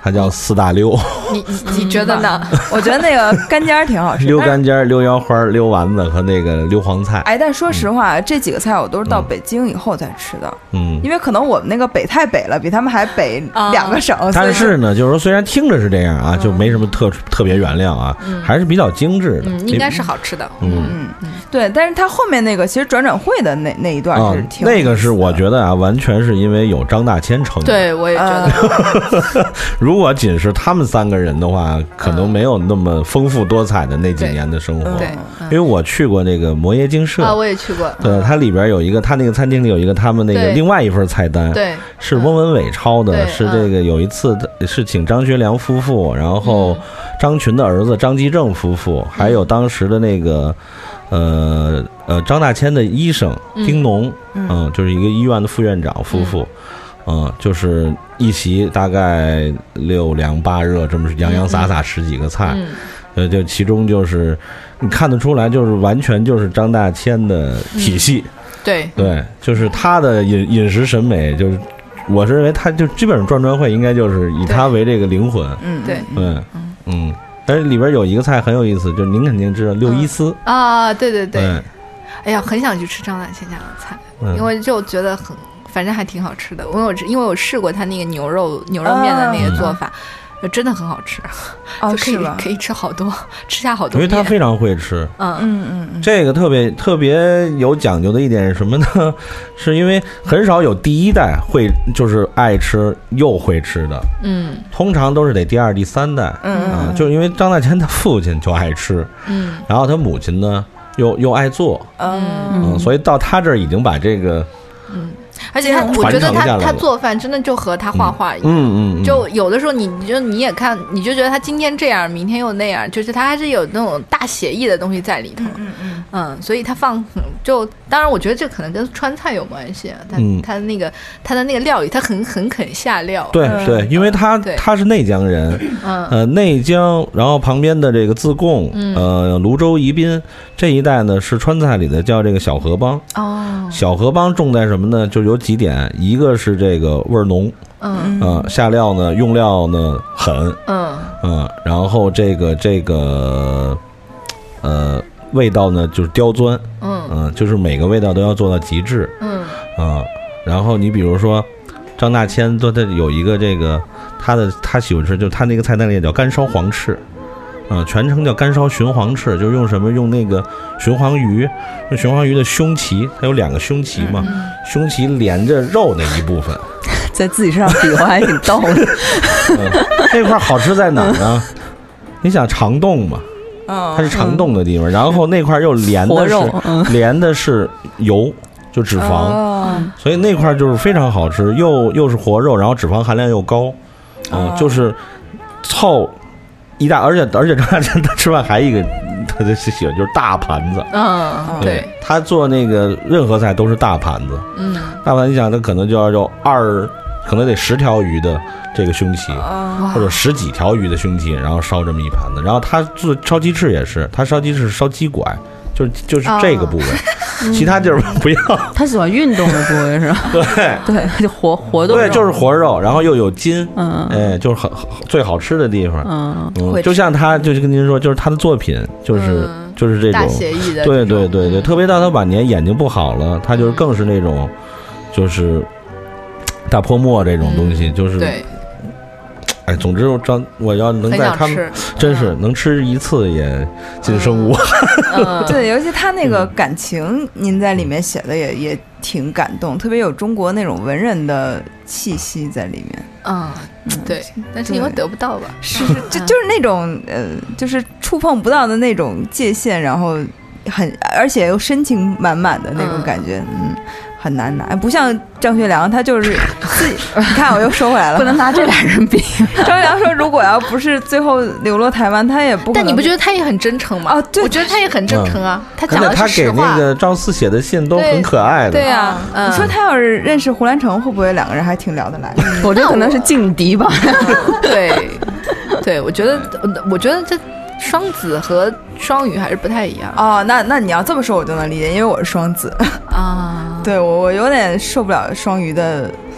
它叫4大溜。 你觉得呢？ 我觉得那个干尖挺好吃， 溜干尖、溜腰花、溜丸子和那个溜黄菜。 但说实话，这几个菜我都是到北京以后才吃的。因为可能我们那个北太北了，比他们还北2个省。 但是呢，就是说虽然听着是这样啊，就没什么特别原料啊，还是比较精致的。 应该是好吃的。 对，但是它后面那个其实转会的那一段是挺那个是我觉得啊，完全是因为有张大千撑的。 对，我也觉得。 如果仅是他们3个人的话，可能没有那么丰富多彩的那几年的生活。 对， 因为我去过那个摩耶精舍我也去过。 对，它里边有一个，它那个餐厅里有一个他们那个另外一份菜单， 对， 是翁文伟抄的，是这个有一次是请张学良夫妇，然后张群的儿子张基正夫妇，还有当时的那个张大千的医生丁农，就是一个医院的副院长夫妇。就是一席大概6凉8热，这么洋洋洒洒10几个菜，就其中就是你看得出来，就是完全就是张大千的体系， 对， 就是他的饮食审美，就是我是认为他就基本上转会应该就是以他为这个灵魂， 对， 但是里边有一个菜很有意思，就是您肯定知道六一丝啊，对，哎呀，很想去吃张大千家的菜，因为就觉得反正还挺好吃的，因为我试过他那个牛肉面的那个做法，真的很好吃，就可以吃好多，吃下好多面。 因为他非常会吃，这个特别有讲究的一点是什么呢？是因为很少有第一代会就是爱吃又会吃的，通常都是得第2、第3代，就是因为张大千他父亲就爱吃，然后他母亲呢又爱做，所以到他这儿已经把这个。 而且我觉得他做饭真的就和他画画一样，就有的时候你也看，你就觉得他今天这样，明天又那样，就是他还是有那种大写意的东西在里头，所以他当然我觉得这可能跟川菜有关系，他的那个料理他很肯下料， 对，因为他是内江人，内江，然后旁边的这个自贡，泸州宜宾这一带呢是川菜里的叫这个小河帮，小河帮重在什么呢？就有几点，一个是这个味儿浓，下料呢用料呢狠，然后这个味道呢就是刁钻，就是每个味道都要做到极致，然后你比如说张大千他有一个这个他喜欢吃，就他那个菜单里也叫干烧黄翅。全称叫干烧鲟黄翅，就是用什么？用那个鲟黄鱼，用鲟黄鱼的胸鳍，它有2个胸鳍嘛，胸鳍连着肉那一部分， 在自己身上比划还挺逗的。 这块好吃在哪儿呢？你想肠洞嘛，它是肠洞的地方，然后那块又连的是油，就脂肪，所以那块就是非常好吃，又是活肉，然后脂肪含量又高，就是凑。而且张大千他吃饭还一个他的喜欢就是大盘子， 对， 他做那个任何菜都是大盘子，大盘子你想他可能就要可能得10条鱼的这个胸鳍，或者10几条鱼的胸鳍，然后烧这么一盘子。然后他做烧鸡翅也是，他烧鸡翅烧鸡拐，就是这个部位。其他地儿不要， 他喜欢运动的部位是吧？对，就活动， 对，就是活肉，然后又有筋，就是最好吃的地方，就像他，就是跟您说，就是他的作品，就是这种大写意的， 对，特别到他晚年眼睛不好了，他就是更是那种，就是大泼墨这种东西，就是对。 总之我要能在他们真是能吃一次也尽生无憾。 对，尤其他那个感情，您在里面写的也挺感动，特别有中国那种文人的气息在里面。 对，但是你又得不到吧？ 是，就是那种就是触碰不到的那种界限，然后而且又深情满满的那种感觉，很难拿，不像张学良，他就是自己。你看，我又说回来了， 不能拿这俩人比。 张学良说，如果要不是最后流落台湾，他也不可能。 但你不觉得他也很真诚吗？ 对， 我觉得他也很真诚啊，他讲的是实话。他给那个赵四写的信都很可爱的。 对啊， 你说他要是认识胡兰成，会不会2个人还挺聊得来？ 我觉得可能是劲敌吧。 对，我觉得这。双子和双鱼还是不太一样那你要这么说我就能理解，因为我是双子啊。对，我有点受不了双鱼的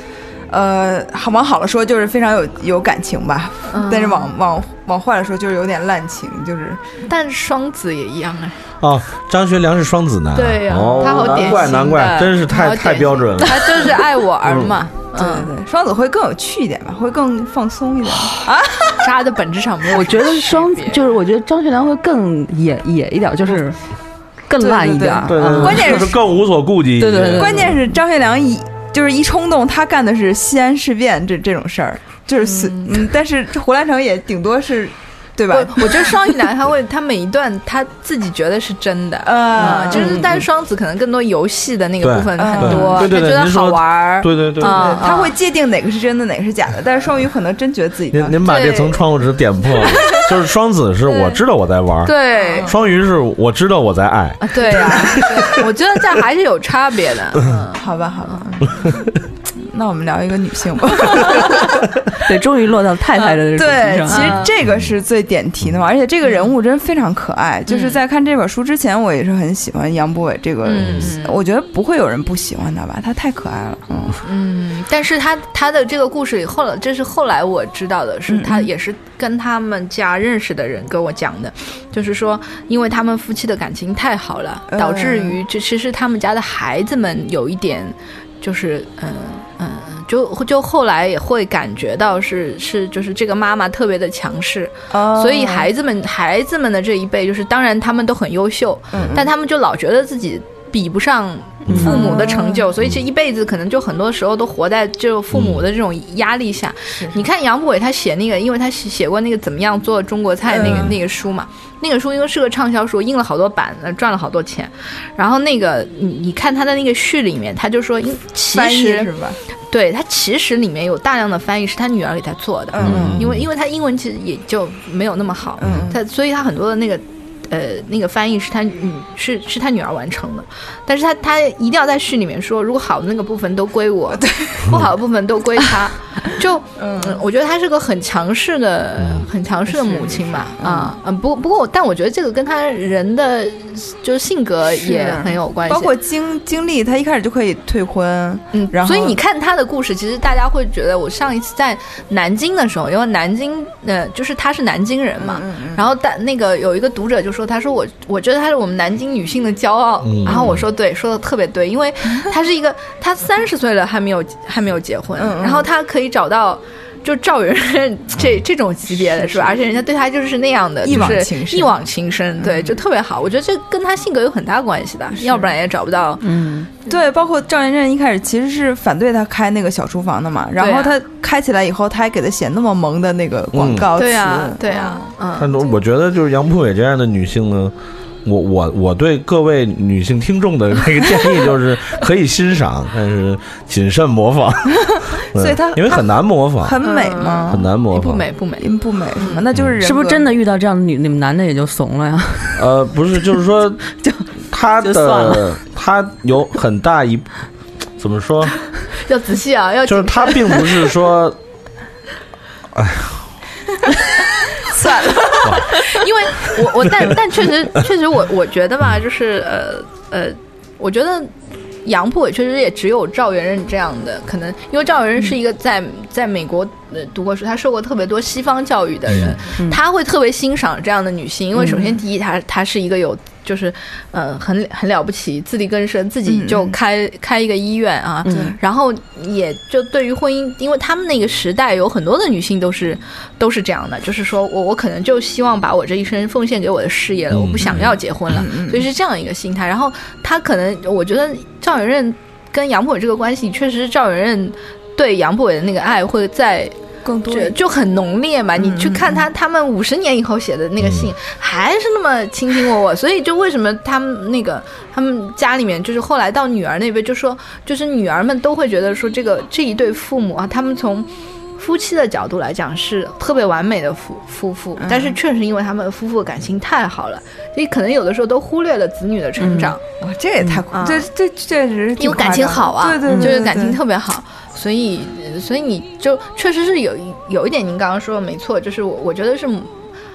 往好了说就是非常有感情吧，但是往坏了说就是有点滥情，就是。 但双子也一样哎。 哦，张学良是双子男。 对呀，他好典型的， 难怪，真是太标准了。 他就是爱我儿嘛。 对，双子会更有趣一点吧，会更放松一点啊。 他的本质上没有， 我觉得双子就是，我觉得张学良会更野一点，就是更烂一点。 对， 关键是更无所顾忌。 对， 关键是张学良一冲动，他干的是西安事变这种事儿，就是但是胡兰成也顶多是。对吧？ 我觉得双鱼男他每一段他自己觉得是真的，就是但是双子可能更多游戏的那个部分很多，他觉得好玩， 对， 他会界定哪个是真的，哪个是假的。但是双鱼可能真觉得自己您把这层窗户纸点破了，就是双子是我知道我在玩， 对， 双鱼是我知道我在爱， 对呀，我觉得这样还是有差别的。 好吧。那我们聊一个女性吧。 对，终于落到太太的对，其实这个是最点题的嘛，而且这个人物真非常可爱。就是在看这本书之前，我也是很喜欢杨步伟这个，我觉得不会有人不喜欢他吧，他太可爱了。 但是他的这个故事里，这是后来我知道的，是他也是跟他们家认识的人跟我讲的，就是说，因为他们夫妻的感情太好了，导致于其实他们家的孩子们有一点，就是就后来也会感觉到就是这个妈妈特别的强势，所以孩子们的这一辈，就是当然他们都很优秀，但他们就老觉得自己比不上父母的成就，所以这一辈子可能就很多时候都活在就父母的这种压力下。你看杨步伟他写那个，因为他写过那个怎么样做中国菜那个书嘛，那个书因为是个畅销书，印了好多版，赚了好多钱。然后那个你看他的那个序里面，他就说其实是吧？对，他其实里面有大量的翻译是他女儿给他做的，因为他英文其实也就没有那么好，所以他很多的那个翻译是他女儿完成的，但是他一定要在序里面说，如果好的那个部分都归我，不好的部分都归他。就我觉得她是个很强势的母亲吧，不过但我觉得这个跟她人的就是性格也很有关系， 包括经历，她一开始就可以退婚，然后所以你看她的故事，其实大家会觉得，我上一次在南京的时候，因为南京就是她是南京人嘛，然后那个有一个读者就说，他说我觉得她是我们南京女性的骄傲，然后我说对，说的特别对，因为她是一个她30岁了还没有结婚，然后她可以找到就赵元任这种级别的是吧？而且人家对他就是那样的，就是一往情深，对，就特别好。我觉得这跟他性格有很大关系的，要不然也找不到。 对，包括赵元任一开始其实是反对他开那个小厨房的嘛，然后他开起来以后，他还给他写那么萌的那个广告词。 对啊。 我觉得就是杨步伟这样的女性呢。我对各位女性听众的那个建议就是可以欣赏，但是谨慎模仿。 所以她因为很难模仿， 很美吗？ 很难模仿， 不美什么？那就是是不是真的遇到这样的你们男的也就怂了呀？ 不是，就是说他有很大一怎么说？ 要仔细啊， 就是他并不是说，哎呀。 算了，因为但确实我觉得吧，就是我觉得杨步伟确实也只有赵元任这样的可能，因为赵元任是一个在美国读过书，他受过特别多西方教育的人，他会特别欣赏这样的女性，因为首先第一，他是一个有就是很了不起，自力更生，自己就开一个医院啊，然后也就对于婚姻，因为他们那个时代有很多的女性都是这样的，就是说我可能就希望把我这一生奉献给我的事业了，我不想要结婚了，所以是这样一个心态。然后他可能我觉得赵元任跟杨步伟这个关系，确实是赵元任对杨步伟的那个爱会在更多就很浓烈嘛，你去看他们50年以后写的那个信，还是那么卿卿我我，所以就为什么他们家里面就是后来到女儿那边，就说就是女儿们都会觉得说这一对父母啊，他们从夫妻的角度来讲是特别完美的夫妇，但是确实因为他们夫妇感情太好了，所以可能有的时候都忽略了子女的成长。 哇，这也太这确实因为感情好啊， 对， 就是感情特别好，所以你就确实是有一点您刚刚说的没错，就是我觉得是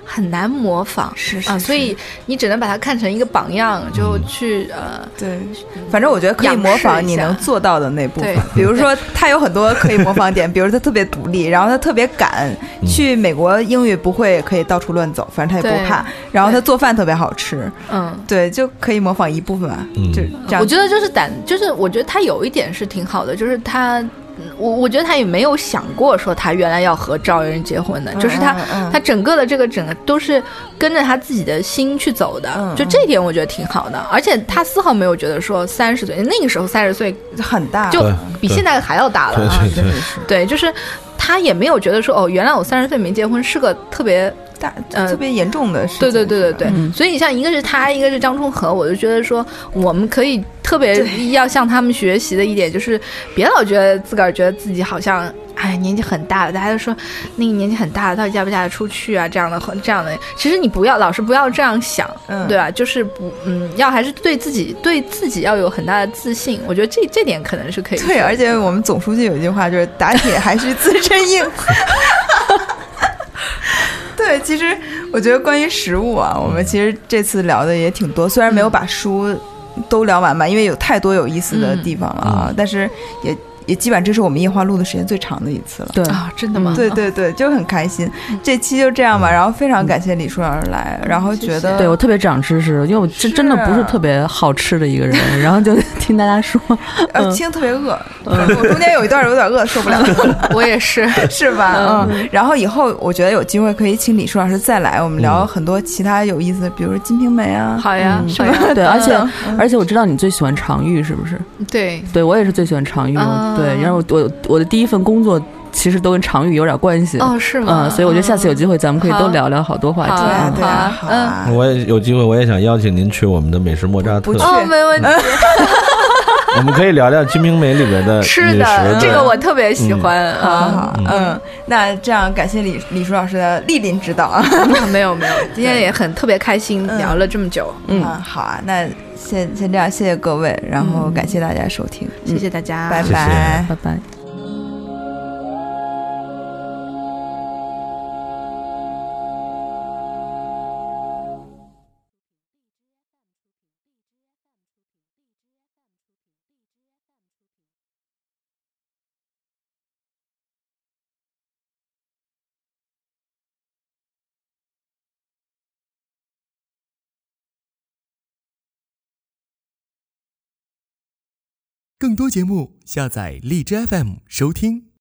很难模仿， 是所以你只能把它看成一个榜样，就去对，反正我觉得可以模仿你能做到的那部分。比如说他有很多可以模仿点，比如他特别独立，然后他特别敢去美国，英语不会可以到处乱走，反正他也不怕，然后他做饭特别好吃，对，就可以模仿一部分吧，就这样。 我觉得就是我觉得他有一点是挺好的，就是他。我觉得他也没有想过说他原来要和赵云结婚的，就是他整个都是跟着他自己的心去走的，就这一点我觉得挺好的，而且他丝毫没有觉得说30岁那个时候30岁很大， 就比现在还要大了啊，对，就是他也没有觉得说原来我30岁没结婚是个特别特别严重的事情。 对，所以你像一个是他，一个是张充和，我就觉得说我们可以特别要向他们学习的一点就是别老觉得自个儿觉得自己好像年纪很大了，大家都说那个年纪很大了到底嫁不嫁得出去啊，这样的其实你老是不要这样想，对吧？就是要还是对自己要有很大的自信，我觉得这点可能是可以。 对，而且我们总书记有一句话就是打铁还需自身硬。对，其实我觉得关于食物啊，我们其实这次聊的也挺多，虽然没有把书都聊完吧，因为有太多有意思的地方了啊，但是也基本上这是我们夜话录的时间最长的一次了。 对啊，真的吗？ 对，就很开心。这期就这样吧，然后非常感谢李叔老师来，然后觉得对我特别长知识，因为我真的不是特别好吃的一个人，然后就听大家说， 青特别饿，我中间有一段有点饿，受不了。 我也是， 是吧？然后以后我觉得有机会可以请李叔老师再来，我们聊很多其他有意思的，比如说《金瓶梅》啊。 好呀， 对，而且我知道你最喜欢常玉，是不是？ 对， 我也是最喜欢常玉。对，然后我的第一份工作其实都跟常玉有点关系。 是吗？ 所以我觉得下次有机会咱们可以都聊聊好多话题。 对啊， 我也有机会，我也想邀请您去我们的美食莫扎特。 没问题。 我们可以聊聊《金瓶梅》里边的吃的，这个我特别喜欢。 那这样感谢李叔老师的莅临指导啊。 没有，今天也特别开心，聊了这么久。 好啊，那先这样，谢谢各位，然后感谢大家收听， 谢谢大家， 拜拜， 拜拜。 更多节目，下载荔枝 FM 收听。